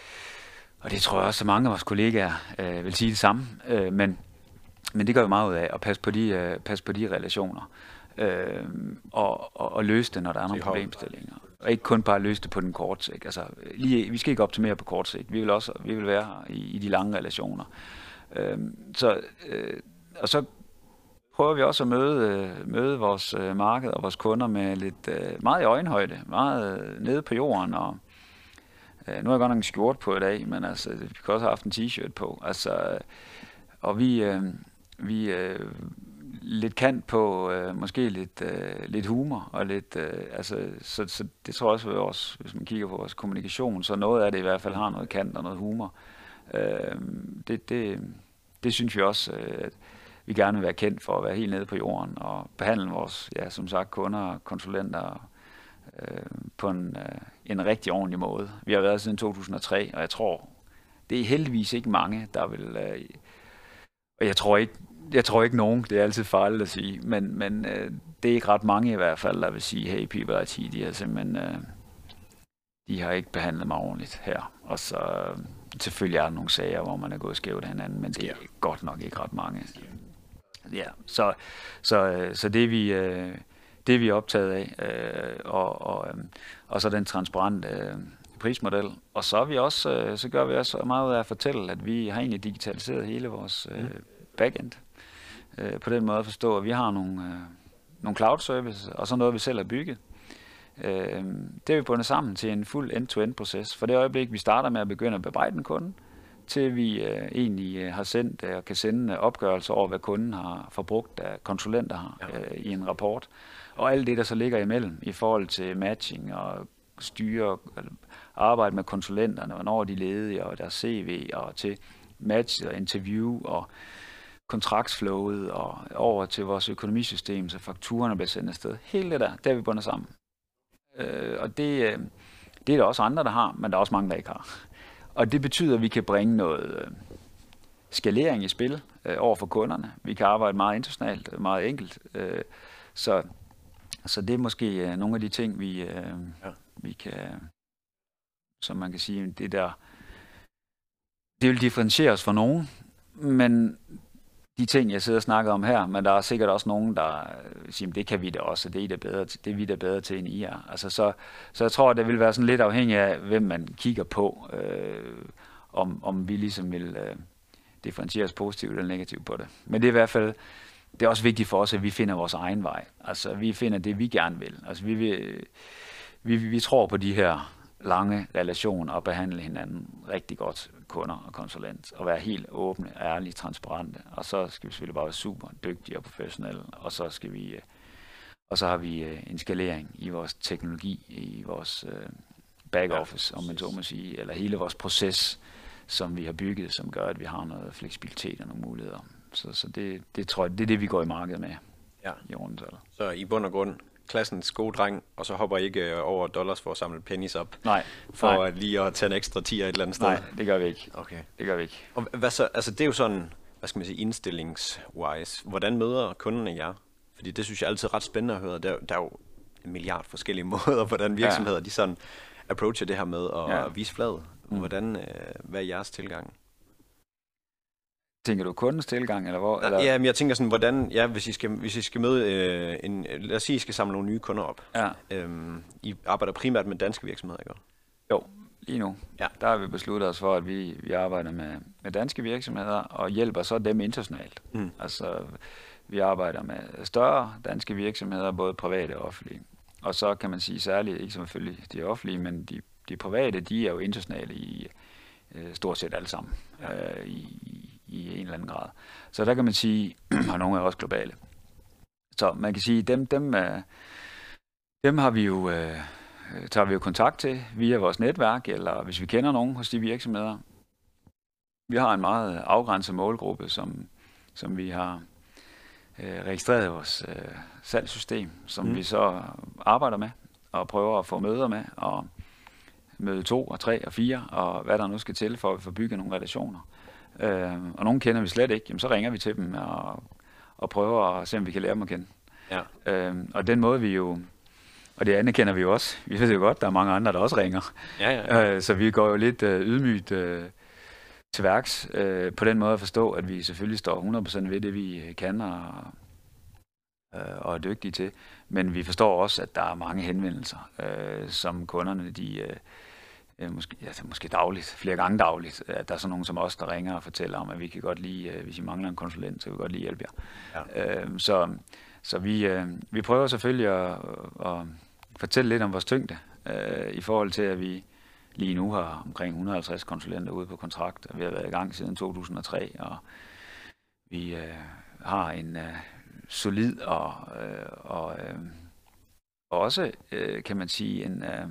Speaker 2: Og det tror jeg også, at mange af vores kollegaer øh, vil sige det samme, øh, men, men det gør vi meget ud af, at passe på de, øh, passe på de relationer, øh, og, og, og løse det, når der er nogle problemstillinger. Og ikke kun bare løse det på den korte sigt. Altså, lige, vi skal ikke optimere på kort sigt, vi vil også vi vil være her i, i de lange relationer. Øh, så, øh, og så prøver vi også at møde, møde vores marked og vores kunder med lidt meget i øjenhøjde, meget nede på jorden. Og, nu har jeg godt nok en skjort på i dag, men altså, vi kan også have haft en t-shirt på. Altså, og vi, vi lidt kant på, måske lidt, lidt humor, og lidt, altså, så, så det tror jeg også, vores, hvis man kigger på vores kommunikation, så noget af det i hvert fald har noget kant og noget humor. Det, det, det synes vi også, at vi gerne vil være kendt for at være helt nede på jorden og behandle vores, ja, som sagt, kunder og konsulenter øh, på en, øh, en rigtig ordentlig måde. Vi har været siden to tusind og tre, og jeg tror, det er heldigvis ikke mange, der vil... Øh, og jeg tror ikke, jeg tror ikke nogen, det er altid farligt at sige, men, men øh, det er ikke ret mange i hvert fald, der vil sige, hey, People I T, de er simpelthen... Øh, de har ikke behandlet mig ordentligt her. Og så øh, selvfølgelig er der nogle sager, hvor man er gået skævt af hinanden, men det er godt nok ikke ret mange. Ja, så, så, så det, vi, det vi er optaget af, og, og, og så den transparente prismodel. Og så, er vi også, så gør vi også meget ud af at fortælle, at vi har egentlig digitaliseret hele vores backend. På den måde at forstå, at vi har nogle, nogle cloud services, og så noget, vi selv har bygget. Det er vi bundet sammen til en fuld end-to-end proces. For det øjeblik, vi starter med at begynde at bebrejde en kunde, til vi øh, egentlig øh, har sendt og kan sende opgørelser over, hvad kunden har forbrugt af konsulenter har, ja. øh, i en rapport. Og alt det, der så ligger imellem i forhold til matching og styre, arbejde med konsulenterne, hvornår de er ledige og deres C V, og til match og interview og kontraktsflowet og over til vores økonomisystem, så fakturerne bliver sendt afsted. Hele det der, det er vi bundet sammen. Øh, og det, øh, det er der også andre, der har, men der er også mange, der ikke har. Og det betyder, at vi kan bringe noget øh, skalering i spil øh, over for kunderne. Vi kan arbejde meget internationalt, meget enkelt. Øh, så, så det er måske øh, nogle af de ting, vi, øh, ja. vi kan, som man kan sige, det der, det vil differentieres for nogen, men de ting, jeg sidder og snakker om her, men der er sikkert også nogen, der siger, det kan vi da også, det er, da bedre til, det er vi da bedre til, end I er. Altså, så, så jeg tror, at det vil være sådan lidt afhængigt af, hvem man kigger på, øh, om, om vi ligesom vil øh, differentieres positivt eller negativt på det. Men det er i hvert fald, det er også vigtigt for os, at vi finder vores egen vej. Altså, vi finder det, vi gerne vil. Altså, vi, vil, vi, vi tror på de her lange relationer og behandle hinanden rigtig godt, kunder og konsulent, og være helt åbne, ærlige, transparente. Og så skal vi selvfølgelig bare være super dygtige og professionelle, og så skal vi, og så har vi en skalering i vores teknologi, i vores back office, om man så må sige, eller hele vores proces, som vi har bygget, som gør, at vi har noget fleksibilitet og nogle muligheder. Så, så det, det tror jeg, det er det, vi går i markedet med, ja. I rundetal.
Speaker 3: Så i bund og grund, klassens gode dreng, og så hopper I ikke over dollars for at samle pennies op?
Speaker 2: Nej.
Speaker 3: For
Speaker 2: nej.
Speaker 3: At lige at tage en ekstra tier et eller andet sted?
Speaker 2: Nej, det gør vi ikke.
Speaker 3: Okay.
Speaker 2: Det gør vi ikke.
Speaker 3: Og hvad så, altså det er jo sådan, hvad skal man sige, indstillingswise. Hvordan møder kunderne jer? Fordi det synes jeg altid er ret spændende at høre. Der, der er jo en milliard forskellige måder, hvordan virksomheder, ja. De sådan approacher det her med at ja. Vise fladet. Hvordan, øh, hvad er jeres tilgang?
Speaker 2: Tænker du kundens tilgang, eller hvor? Eller?
Speaker 3: Ja, men jeg tænker sådan, hvordan, ja, hvis I skal, hvis I skal møde øh, en, lad os sige, I skal samle nogle nye kunder op.
Speaker 2: Ja.
Speaker 3: Øhm, I arbejder primært med danske virksomheder, ikke?
Speaker 2: Jo, lige nu. Ja. Der har vi besluttet os for, at vi, vi arbejder med, med danske virksomheder, og hjælper så dem internationalt. Mm. Altså, vi arbejder med større danske virksomheder, både private og offentlige. Og så kan man sige særligt, ikke selvfølgelig de offentlige, men de, de private, de er jo internationale i øh, stort set alle sammen. Ja. Øh, i, i en eller anden grad. Så der kan man sige, og nogle er også globale. Så man kan sige, dem, dem, dem har vi jo, øh, tager vi jo kontakt til via vores netværk, eller hvis vi kender nogen hos de virksomheder. Vi har en meget afgrænset målgruppe, som, som vi har øh, registreret i vores øh, salgssystem, som mm. vi så arbejder med, og prøver at få møder med, og møde to og tre og fire, og hvad der nu skal til for at få bygget nogle relationer. Øh, og nogen kender vi slet ikke, jamen, så ringer vi til dem og, og prøver at se, om vi kan lære dem at kende. Ja. Øh, og den måde vi jo, og det andet kender vi jo også, vi ved jo godt, der er mange andre, der også ringer. Ja, ja, ja. Øh, så vi går jo lidt øh, ydmygt øh, til værks, øh, på den måde at forstå, at vi selvfølgelig står hundrede procent ved det, vi kan og, øh, og er dygtige til. Men vi forstår også, at der er mange henvendelser, øh, som kunderne de, øh, måske, altså måske dagligt, flere gange dagligt, at der er sådan nogen som os, der ringer og fortæller om, at vi kan godt lide, hvis I mangler en konsulent, så kan vi godt lige hjælpe jer. Ja. Øh, så så vi, øh, vi prøver selvfølgelig at, at fortælle lidt om vores tyngde, øh, i forhold til, at vi lige nu har omkring et hundrede og halvtreds konsulenter ude på kontrakt, og vi har været i gang siden to tusind og tre, og vi øh, har en øh, solid og, øh, og øh, også, øh, kan man sige, en, øh,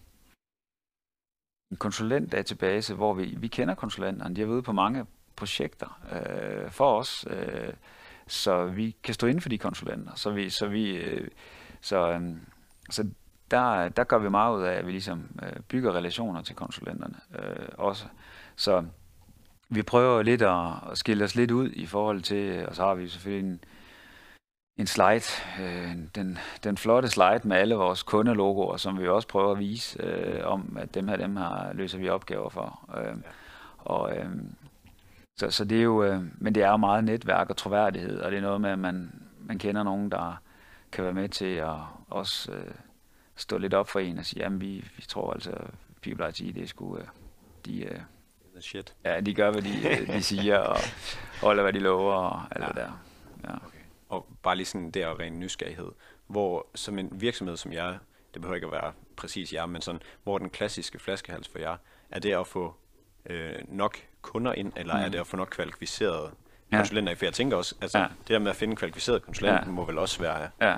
Speaker 2: en konsulentdatabase, hvor vi, vi kender konsulenterne. De har været ude på mange projekter øh, for os, øh, så vi kan stå inden for de konsulenter. Så vi, så vi, øh, så, øh, så der, der gør vi meget ud af, at vi ligesom øh, bygger relationer til konsulenterne øh, også. Så vi prøver lidt at, at skille os lidt ud i forhold til, og så har vi selvfølgelig en, en slide, øh, den, den flotte slide med alle vores kundelogoer, som vi også prøver at vise, øh, om at dem her, dem her løser vi opgaver for. Øh, ja. og, øh, så, så det er jo, øh, men det er jo meget netværk og troværdighed, og det er noget med, at man, man kender nogen, der kan være med til at også øh, stå lidt op for en og sige, jamen vi, vi tror altså, People I T, det er sgu, øh, de, øh,
Speaker 3: shit.
Speaker 2: Ja, de gør, hvad de, de siger, og holder, hvad de lover, og alt ja. det der. Ja.
Speaker 3: Okay. Og bare lige sådan der ren nysgerrighed, hvor som en virksomhed som jer, det behøver ikke at være præcis jer, men sådan, hvor den klassiske flaskehals for jer, er det at få øh, nok kunder ind, eller mm. er det at få nok kvalificerede ja. konsulenter? For jeg tænker også, altså ja. det der med at finde kvalificerede konsulenter, ja. må vel også være...
Speaker 2: Ja.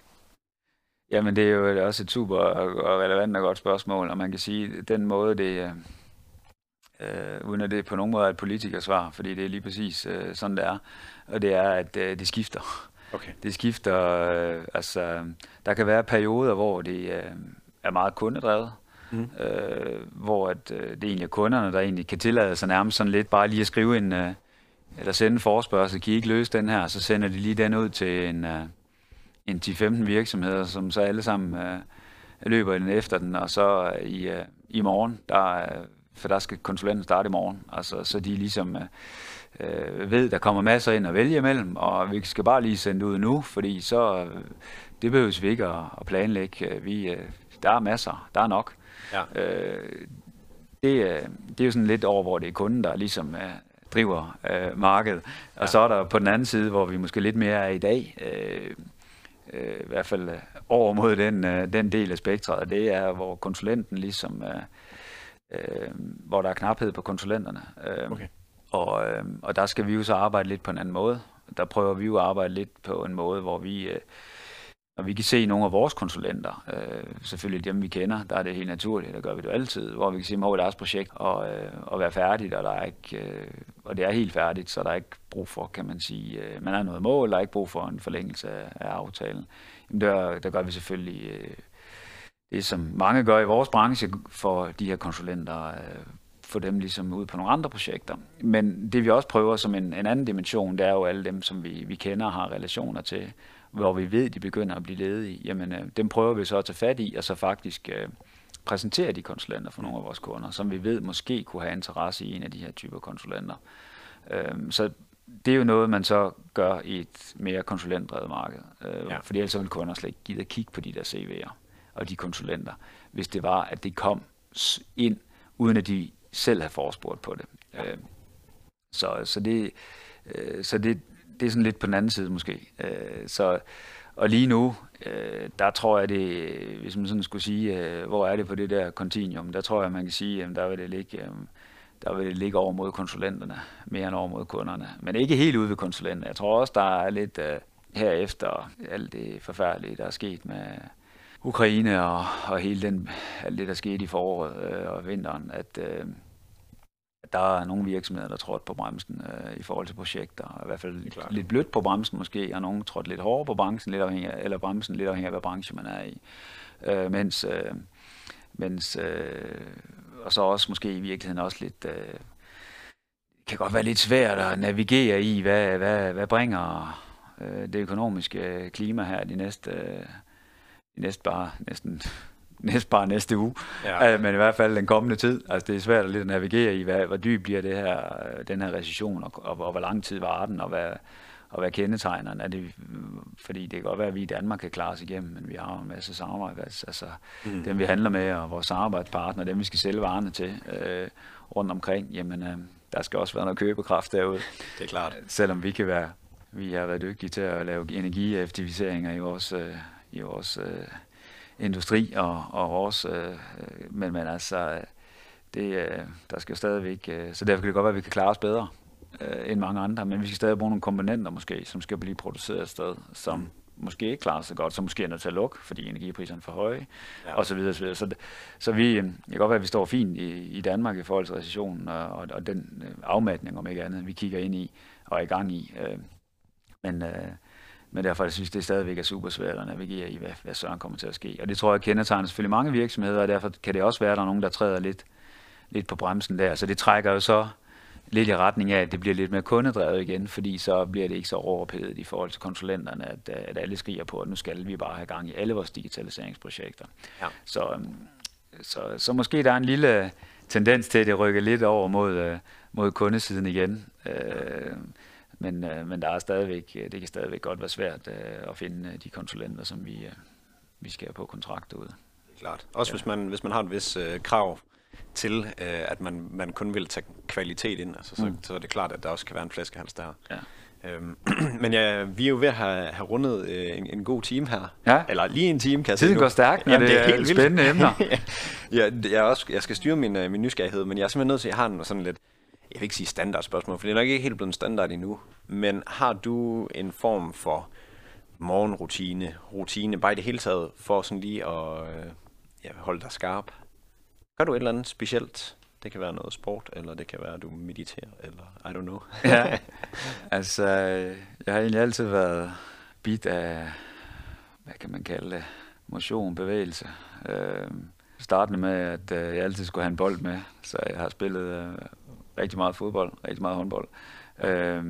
Speaker 2: Jamen det er jo også et super og relevant og godt spørgsmål, og man kan sige, at den måde det... Øh, uden at det på nogen måde er et politikersvar, fordi det er lige præcis øh, sådan det er, og det er, at øh, det skifter.
Speaker 3: Okay.
Speaker 2: Det skifter, øh, altså, der kan være perioder, hvor det øh, er meget kundedrevet, mm. øh, hvor at, øh, det egentlig er kunderne, der egentlig kan tillade sig nærmest sådan lidt bare lige at skrive en, øh, eller sende en forespørgsel, kan I ikke løse den her, så sender de lige den ud til en, øh, en ti til femten virksomheder, som så alle sammen øh, løber den efter den, og så øh, i, øh, i morgen, der øh, for der skal konsulenten starte i morgen, altså, så de ligesom øh, ved, der kommer masser ind at vælge imellem, og vi skal bare lige sende ud nu, fordi så, øh, det behøves vi ikke at, at planlægge. Vi, øh, der er masser, der er nok. Ja. Øh, det, øh, det er jo sådan lidt over, hvor det er kunden, der ligesom øh, driver øh, markedet, og ja. så er der på den anden side, hvor vi måske lidt mere er i dag, øh, øh, i hvert fald øh, over mod den, øh, den del af spektret, og det er, hvor konsulenten ligesom... Øh, Øh, hvor der er knaphed på konsulenterne. Øh, okay. og, øh, og der skal vi jo så arbejde lidt på en anden måde. Der prøver vi jo at arbejde lidt på en måde, hvor vi, øh, når vi kan se nogle af vores konsulenter, øh, selvfølgelig dem vi kender, der er det helt naturligt, der gør vi det altid, hvor vi kan se dem over deres projekt og, øh, og være færdigt, og, der er ikke, øh, og det er helt færdigt, så der er ikke brug for, kan man sige, øh, man har noget mål, der er ikke brug for en forlængelse af, af aftalen. Jamen der, der gør vi selvfølgelig... Øh, det, som mange gør i vores branche for de her konsulenter, øh, få dem ligesom ud på nogle andre projekter. Men det vi også prøver som en, en anden dimension, det er jo alle dem, som vi, vi kender og har relationer til, hvor vi ved, de begynder at blive ledige. Jamen, øh, dem prøver vi så at tage fat i, og så faktisk øh, præsentere de konsulenter for nogle af vores kunder, som vi ved måske kunne have interesse i en af de her typer konsulenter. Øh, så det er jo noget, man så gør i et mere konsulentdrevet marked, øh, ja. fordi ellers vil kunder slet ikke give at kigge på de der C V'er og de konsulenter, hvis det var, at det kom ind, uden at de selv havde forespurgt på det. Ja. Øh, så, så, det, øh, så det, det er sådan lidt på den anden side måske. Øh, så, og lige nu, øh, der tror jeg det, hvis man sådan skulle sige, øh, hvor er det på det der kontinuum, der tror jeg, man kan sige, at der vil det ligge, øh, der vil det ligge over mod konsulenterne, mere end over mod kunderne. Men ikke helt ude ved konsulenterne. Jeg tror også, der er lidt øh, herefter alt det forfærdelige, der er sket med Ukraine og, og hele den, alt det, der skete i foråret øh, og vinteren, at, øh, at der er nogle virksomheder, der trådte på bremsen øh, i forhold til projekter. I hvert fald lidt, lidt blødt på bremsen måske, og nogle trådte lidt hårdere på bremsen, lidt afhængig af, eller bremsen lidt afhængig af, hvad branche man er i. Øh, mens, øh, mens øh, og så også måske i virkeligheden også lidt, øh, det kan godt være lidt svært at navigere i, hvad, hvad, hvad bringer øh, det økonomiske klima her de næste... Øh, næste bare næsten næste bare næste uge, ja. Men i hvert fald den kommende tid. Altså det er svært at lidt at navigere i, hvad, hvor dyb bliver det her, den her recession, og, og, og hvor lang tid var den, og hvad, og hvad kendetegnerne er det, fordi det kan godt være, at vi i Danmark kan klare os igennem, men vi har en masse samarbejde, altså mm. dem vi handler med, og vores samarbejdspartnere, dem vi skal sælge varerne til øh, rundt omkring, jamen øh, der skal også være noget købekraft derude.
Speaker 3: Det er klart.
Speaker 2: Selvom vi kan være, vi har været dygtige til at lave energieffektiviseringer i vores, øh, i vores øh, industri og, og vores, øh, men, men altså, det, øh, der skal jo stadigvæk, øh, så derfor kan det godt være, at vi kan klare os bedre øh, end mange andre, men vi skal stadig bruge nogle komponenter måske, som skal blive produceret et sted, som mm. måske ikke klarer sig godt, som måske er nødt til at lukke, fordi energipriserne er for høje, ja. og så videre, så videre. Så, så vi, det kan godt være, at vi står fint i, i Danmark i forhold til recessionen, og, og, og den afmatning, om ikke andet, vi kigger ind i og er i gang i. Øh, men, øh, men derfor jeg synes det stadigvæk er super svært at navigere i, hvad, hvad søren kommer til at ske. Og det tror jeg kendetegner selvfølgelig mange virksomheder, og derfor kan det også være, at der er nogen, der træder lidt, lidt på bremsen der. Så det trækker jo så lidt i retning af, at det bliver lidt mere kundedrevet igen, fordi så bliver det ikke så overophedet i forhold til konsulenterne, at, at alle skriger på, at nu skal vi bare have gang i alle vores digitaliseringsprojekter. Ja. Så, så, så måske der er en lille tendens til, at det rykker lidt over mod, mod kundesiden igen. Øh, men, men der er stadigvæk, det kan stadigvæk godt være svært at finde de konsulenter, som vi, vi skal have på kontrakter ud.
Speaker 3: Klart. Også ja. hvis, man, hvis man har et vis øh, krav til, øh, at man, man kun vil tage kvalitet ind, altså, så, mm. så er det klart, at der også kan være en flæskehals der. Ja. Øhm, men ja, vi er jo ved at have, have rundet øh, en, en god time her. Ja. Eller lige en time, kan jeg sige.
Speaker 2: Tiden går stærkt, når Jamen, det, det er helt spændende emner.
Speaker 3: ja, jeg, er også, jeg skal styre min, uh, min nysgerrighed, men jeg er simpelthen nødt til, at jeg har en sådan lidt, jeg vil ikke sige standardspørgsmål, for det er nok ikke helt blevet standard endnu, men har du en form for morgenrutine, rutine, bare i det hele taget, for sådan lige at øh, ja, holde dig skarp? Gør du et eller andet specielt? Det kan være noget sport, eller det kan være, at du mediterer, eller I don't know.
Speaker 2: ja, altså, jeg har egentlig altid været bit af, hvad kan man kalde det, motion, bevægelse. Øh, startende med, at øh, jeg altid skulle have en bold med, så jeg har spillet øh, rigtig meget fodbold, rigtig meget håndbold. Øh,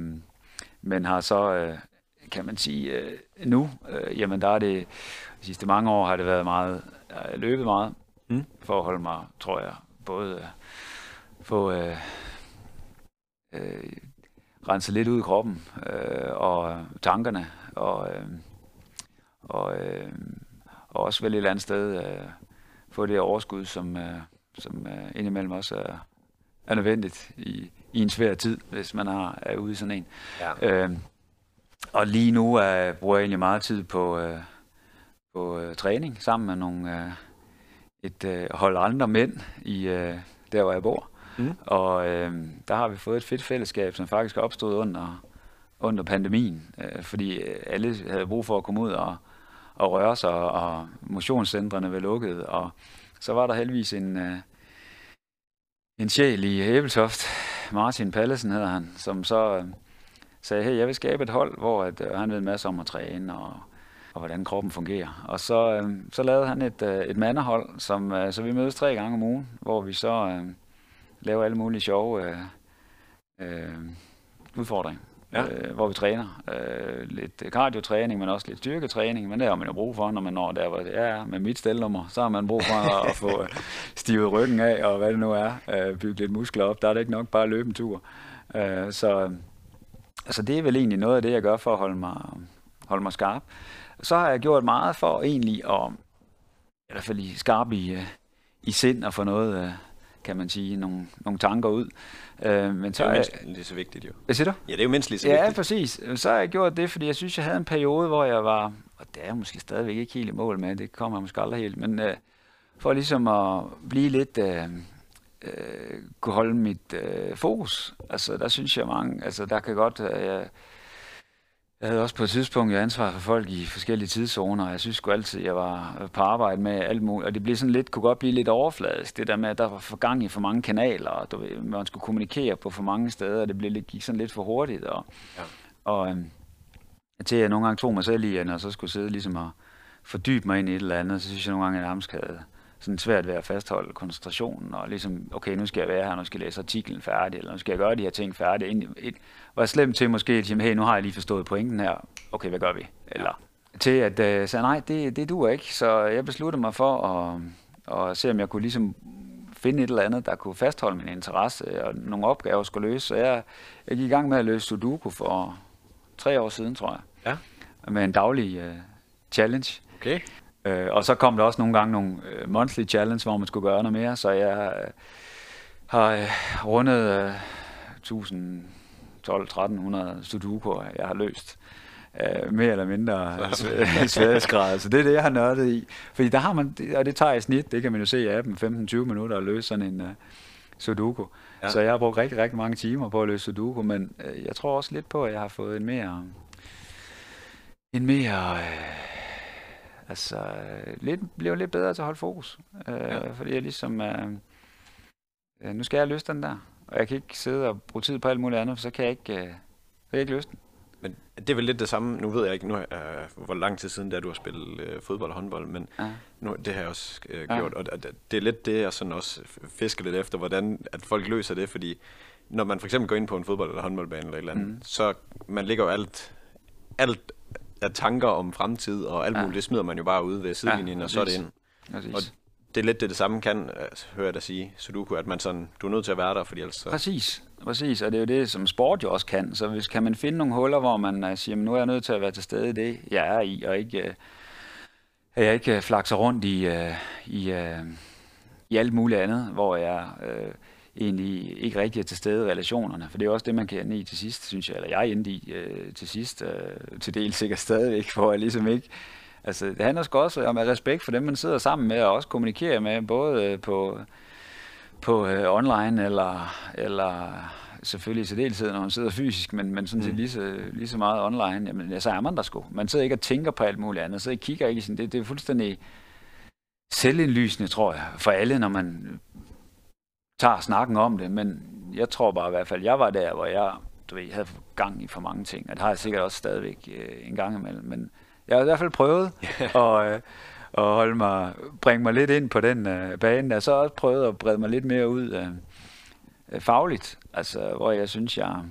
Speaker 2: men har så, øh, kan man sige, øh, nu, øh, jamen der er det, de sidste mange år har det været meget, jeg har løbet meget, mm. for at holde mig, tror jeg, både øh, få øh, øh, renset lidt ud i kroppen øh, og tankerne, og, øh, og, øh, og også vel et eller andet sted øh, få det overskud, som, øh, som øh, indimellem også er, er nødvendigt i, i en svær tid, hvis man er, er ude i sådan en. Ja. Øh, og lige nu øh, bruger jeg egentlig meget tid på, øh, på øh, træning sammen med nogle, øh, et øh, hold andre mænd i øh, der, hvor jeg bor. Mm. Og øh, der har vi fået et fedt fællesskab, som faktisk opstod under, under pandemien, øh, fordi alle havde brug for at komme ud og, og røre sig, og motionscentrene var lukket, og så var der heldigvis en, øh, en sjæl i Æbeltoft, Martin Pallesen hedder han, som så øh, sagde, hey, jeg vil skabe et hold, hvor at, øh, han ved en masse om at træne, og, og hvordan kroppen fungerer. Og så, øh, så lavede han et, øh, et mandehold, som, øh, så vi mødes tre gange om ugen, hvor vi så øh, laver alle mulige sjove øh, øh, udfordringer, ja. øh, hvor vi træner. Øh, lidt cardio-træning, men også lidt styrketræning, men det har man jo brug for, når man når der, hvor det er med mit stelnummer, så har man brug for at få stivet ryggen af, og hvad det nu er, øh, bygge lidt muskler op. Der er det ikke nok bare at løbe en tur. Øh, så, så det er vel egentlig noget af det, jeg gør for at holde mig, holde mig skarp. Så har jeg gjort meget for egentlig at, i hvert fald i skarp i, i sind, og få noget, kan man sige, nogle, nogle tanker ud. Øh, men så
Speaker 3: det er jo mindst lige så vigtigt, jo.
Speaker 2: Hvad siger du?
Speaker 3: Ja, det er jo mindst lige så
Speaker 2: ja,
Speaker 3: vigtigt.
Speaker 2: Ja, præcis. Så har jeg gjort det, fordi jeg synes, jeg havde en periode, hvor jeg var, og det er jeg måske stadigvæk ikke helt i mål med, det kommer jeg måske aldrig helt, men øh, for ligesom at blive lidt, øh, øh, kunne holde mit øh, fokus. Altså, der synes jeg mange, altså der kan godt, øh, jeg, jeg havde også på et tidspunkt ansvar for folk i forskellige tidszoner, og jeg synes sgu altid, jeg var på arbejde med alt muligt, og det blev sådan lidt, kunne godt blive lidt overfladisk, det der med, at der var for gang i for mange kanaler, og du ved, man skulle kommunikere på for mange steder, og det blev lidt, gik sådan lidt for hurtigt, og, ja. og øhm, til jeg nogle gange tog mig selv i, og så skulle sidde ligesom og fordybe mig ind i et eller andet, så synes jeg nogle gange, at jeg nærmest havde sådan svært ved at fastholde koncentrationen, og ligesom, okay, nu skal jeg være her, nu skal jeg læse artiklen færdig, eller nu skal jeg gøre de her ting færdige. Et, var slemt til måske, at hey, nu har jeg lige forstået pointen her, okay, hvad gør vi? Eller ja. Til at uh, sige, nej, det, det duer ikke, så jeg besluttede mig for at, at se, om jeg kunne ligesom finde et eller andet, der kunne fastholde min interesse, og nogle opgaver skulle løse, så jeg, jeg gik i gang med at løse Sudoku for tre år siden, tror jeg.
Speaker 3: Ja.
Speaker 2: Med en daglig øh, challenge.
Speaker 3: Okay.
Speaker 2: Øh, og så kom der også nogle gange nogle øh, monthly challenge, hvor man skulle gøre noget mere, så jeg øh, har øh, rundet øh, tusind, tolv, tretten hundrede sudokuer, jeg har løst. Uh, mere eller mindre sværhedsgrad. Så det er det, jeg har nørdet i. Fordi der har man, og det tager i snit, det kan man jo se i appen, femten til tyve minutter at løse sådan en uh, sudoku. Ja. Så jeg har brugt rigtig, rigtig mange timer på at løse sudoku, men uh, jeg tror også lidt på, at jeg har fået en mere, en mere, uh, altså, uh, lidt, bliver lidt bedre til at holde fokus. Uh, ja. Fordi jeg ligesom, uh, uh, nu skal jeg løse den der, og jeg kan ikke sidde og bruge tid på alt muligt andet, for så kan jeg ikke, uh, så kan jeg ikke løse den.
Speaker 3: Men det er vel lidt det samme, nu ved jeg ikke, nu, uh, hvor lang tid siden det er, du har spillet uh, fodbold og håndbold, men ja. nu, det har jeg også uh, gjort, ja. og det er lidt det, jeg sådan også fisker lidt efter, hvordan at folk løser det, fordi når man for eksempel går ind på en fodbold- eller håndboldbane eller et eller andet, mm. så man ligger jo alt, alt af tanker om fremtid og alt ja. muligt, det smider man jo bare ud ved sidelinjen, ja, og så er det ind. Præcis. Og det er lidt det, det samme kan, altså, hører jeg dig sige, Sudoku, at man sådan, du er nødt til at være der, fordi ellers... Så... Præcis,
Speaker 2: præcis, og det er jo det, som sport jo også kan. Så hvis kan man finde nogle huller, hvor man uh, siger, nu er jeg nødt til at være til stede i det, jeg er i, og ikke, uh, jeg ikke uh, flakser rundt i, uh, i, uh, i alt muligt andet, hvor jeg uh, egentlig ikke rigtig er til stede i relationerne. For det er også det, man kan ende i til sidst, synes jeg, eller jeg er inde i uh, til sidst, uh, til dels sikkert stadigvæk, for jeg ligesom ikke... Altså, det handler sgu også om respekt for dem, man sidder sammen med, og også kommunikerer med, både på, på uh, online, eller, eller selvfølgelig i særdeleshed, når man sidder fysisk, men, men sådan set mm. lige, så, lige så meget online, jamen, ja, så er man der sgu. Man sidder ikke og tænker på alt muligt andet, så jeg kigger ikke sådan, det, det er fuldstændig selvindlysende, tror jeg, for alle, når man tager snakken om det, men jeg tror bare i hvert fald, jeg var der, hvor jeg, du ved, havde gang i for mange ting, og det har jeg sikkert også stadigvæk øh, en gang imellem, men jeg har i hvert fald prøvet at, øh, at holde mig, bringe mig lidt ind på den øh, bane. Jeg har så også prøvet at brede mig lidt mere ud øh, øh, fagligt, altså hvor jeg synes, jeg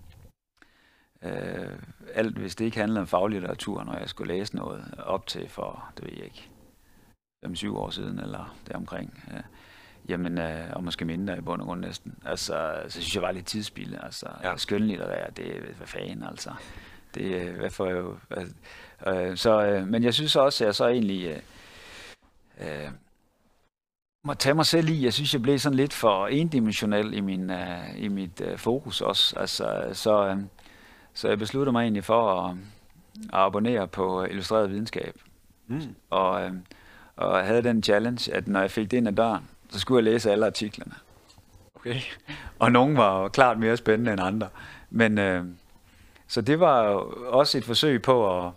Speaker 2: øh, alt, hvis det ikke handler om faglitteratur, når jeg skulle læse noget op til for, det ved jeg ikke, fem syv år siden eller deromkring, øh, jamen, øh, og måske mindre i bund og grund næsten. Altså, så synes jeg var lidt tidsspilde. Altså, ja. Skønlitterær, det er hvad fanden, altså. Det er, hvad for jo... Øh, så, øh, men jeg synes også, at jeg så egentlig øh, øh, må tage mig selv i. Jeg synes, jeg blev sådan lidt for endimensionel i, min, øh, i mit øh, fokus også. Altså, så, øh, så jeg besluttede mig egentlig for at, at abonnere på Illustreret Videnskab. Mm. Og, øh, og havde den challenge, at når jeg fik det ind ad døren, så skulle jeg læse alle artiklerne.
Speaker 3: Okay.
Speaker 2: Og nogle var klart mere spændende end andre. Men... Øh, Så det var også et forsøg på at,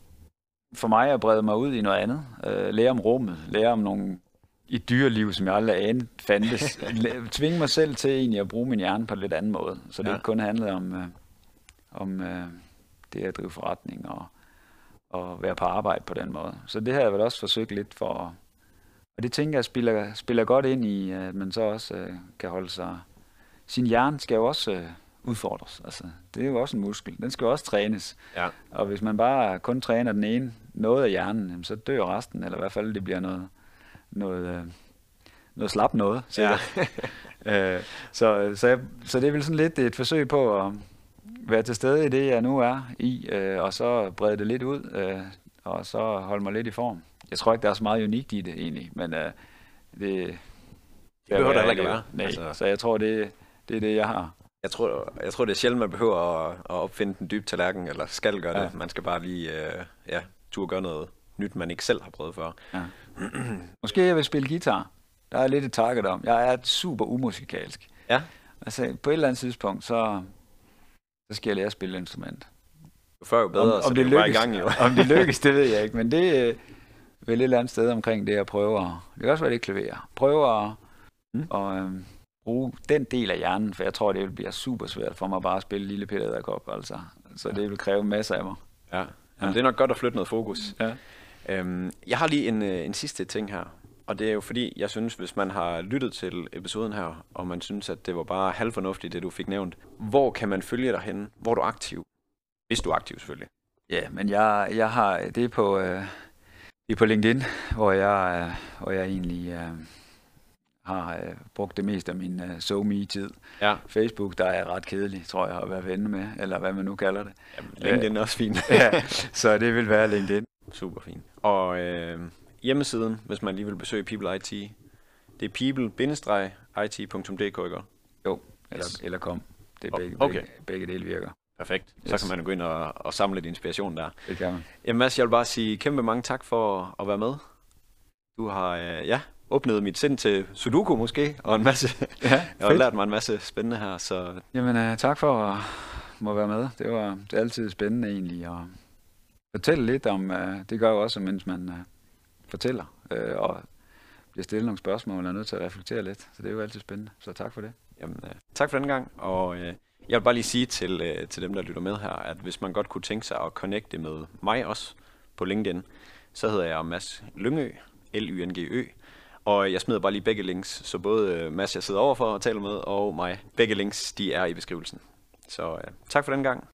Speaker 2: for mig at brede mig ud i noget andet. Øh, lære om rummet, lære om nogle et dyreliv, som jeg aldrig anede fandtes. Tvinge mig selv til egentlig at bruge min hjerne på en lidt anden måde. Så det ja. ikke kun handlede om, øh, om øh, det at drive forretning og, og være på arbejde på den måde. Så det har jeg vel også forsøgt lidt for. Og det tænker jeg spiller, spiller godt ind i, at man så også øh, kan holde sig... Sin hjerne skal jo også... Øh, udfordres. Altså, det er jo også en muskel. Den skal jo også trænes. Ja. Og hvis man bare kun træner den ene noget af hjernen, så dør resten, eller i hvert fald det bliver noget, noget, noget slap noget. Ja. øh, så, så, jeg, så det er vel sådan lidt et forsøg på at være til stede i det, jeg nu er i, øh, og så brede det lidt ud, øh, og så holde mig lidt i form. Jeg tror ikke, der er så meget unikt i det egentlig, men øh, det...
Speaker 3: Det behøver der ikke at være.
Speaker 2: Nej, altså. Så jeg tror, det, det er det, jeg har.
Speaker 3: Jeg tror, jeg tror, det er sjældent, man behøver at, at opfinde den dybe tallerken, eller skal gøre ja. det. Man skal bare lige øh, ja, turde gøre noget nyt, man ikke selv har prøvet før. Ja.
Speaker 2: Måske jeg vil spille guitar. Der er lidt et target om. Jeg er super umusikalsk. Ja. Altså, på et eller andet tidspunkt, så, så skal jeg lære at spille instrument.
Speaker 3: Før jo bedre, om, så om det, det lykkes, bare i gang jo.
Speaker 2: Om det lykkes, det ved jeg ikke, men det er vel et eller andet sted omkring det, at prøve at... Det kan også være, det klaver. Prøve at... Mm. Og, øh, bruge den del af hjernen, for jeg tror, det vil blive super svært for mig bare at spille Lille Peter Edderkop, altså. Så det vil kræve masser af mig.
Speaker 3: Ja, ja. Jamen, det er nok godt at flytte noget fokus. Ja. Øhm, jeg har lige en, en sidste ting her, og det er jo fordi, jeg synes, hvis man har lyttet til episoden her, og man synes, at det var bare halvfornuftigt, det du fik nævnt, hvor kan man følge dig henne? Hvor er du aktiv? Hvis du er aktiv, selvfølgelig.
Speaker 2: Ja, men jeg, jeg har det er på, øh, det er på LinkedIn, hvor jeg, øh, hvor jeg egentlig... Øh, har øh, brugt det meste af min øh, SoMe-tid.
Speaker 3: Ja.
Speaker 2: Facebook, der er ret kedelig, tror jeg, at være ven med, eller hvad man nu kalder det.
Speaker 3: Jamen, LinkedIn er også fint.
Speaker 2: Ja, så det vil være LinkedIn.
Speaker 3: Super fint. Og øh, hjemmesiden, hvis man lige vil besøge People I T, det er people bindestreg I T punktum d k, ikke?
Speaker 2: Jo, eller,
Speaker 3: Yes.
Speaker 2: eller kom. Det er begge,
Speaker 3: Okay.
Speaker 2: begge, begge dele virker.
Speaker 3: Perfekt. Så
Speaker 2: Yes.
Speaker 3: kan man jo gå ind og, og samle lidt inspiration der.
Speaker 2: Det kan man.
Speaker 3: Jamen Mads, jeg vil bare sige kæmpe mange tak for at være med. Du har øh, ja, åbnet mit sind til Sudoku måske, og en masse.
Speaker 2: Ja,
Speaker 3: Jeg har
Speaker 2: fedt.
Speaker 3: lært mig en masse spændende her, så
Speaker 2: Jamen, uh, tak for at må være med. Det var det er altid spændende egentlig at fortælle lidt om, uh, det gør jo også, mens man uh, fortæller, uh, og bliver stillet nogle spørgsmål, og er nødt til at reflektere lidt. Så det er jo altid spændende. Så tak for det.
Speaker 3: jamen, øh, tak for den gang. Og øh, jeg vil bare lige sige til, øh, til dem, der lytter med her, at hvis man godt kunne tænke sig at connecte med mig også på LinkedIn, så hedder jeg Mads Lyngø, L Y N G Ø. Og jeg smider bare lige begge links, så både Mads, jeg sidder overfor og taler med, og mig. Begge links, de er i beskrivelsen. Så øh, tak for den gang.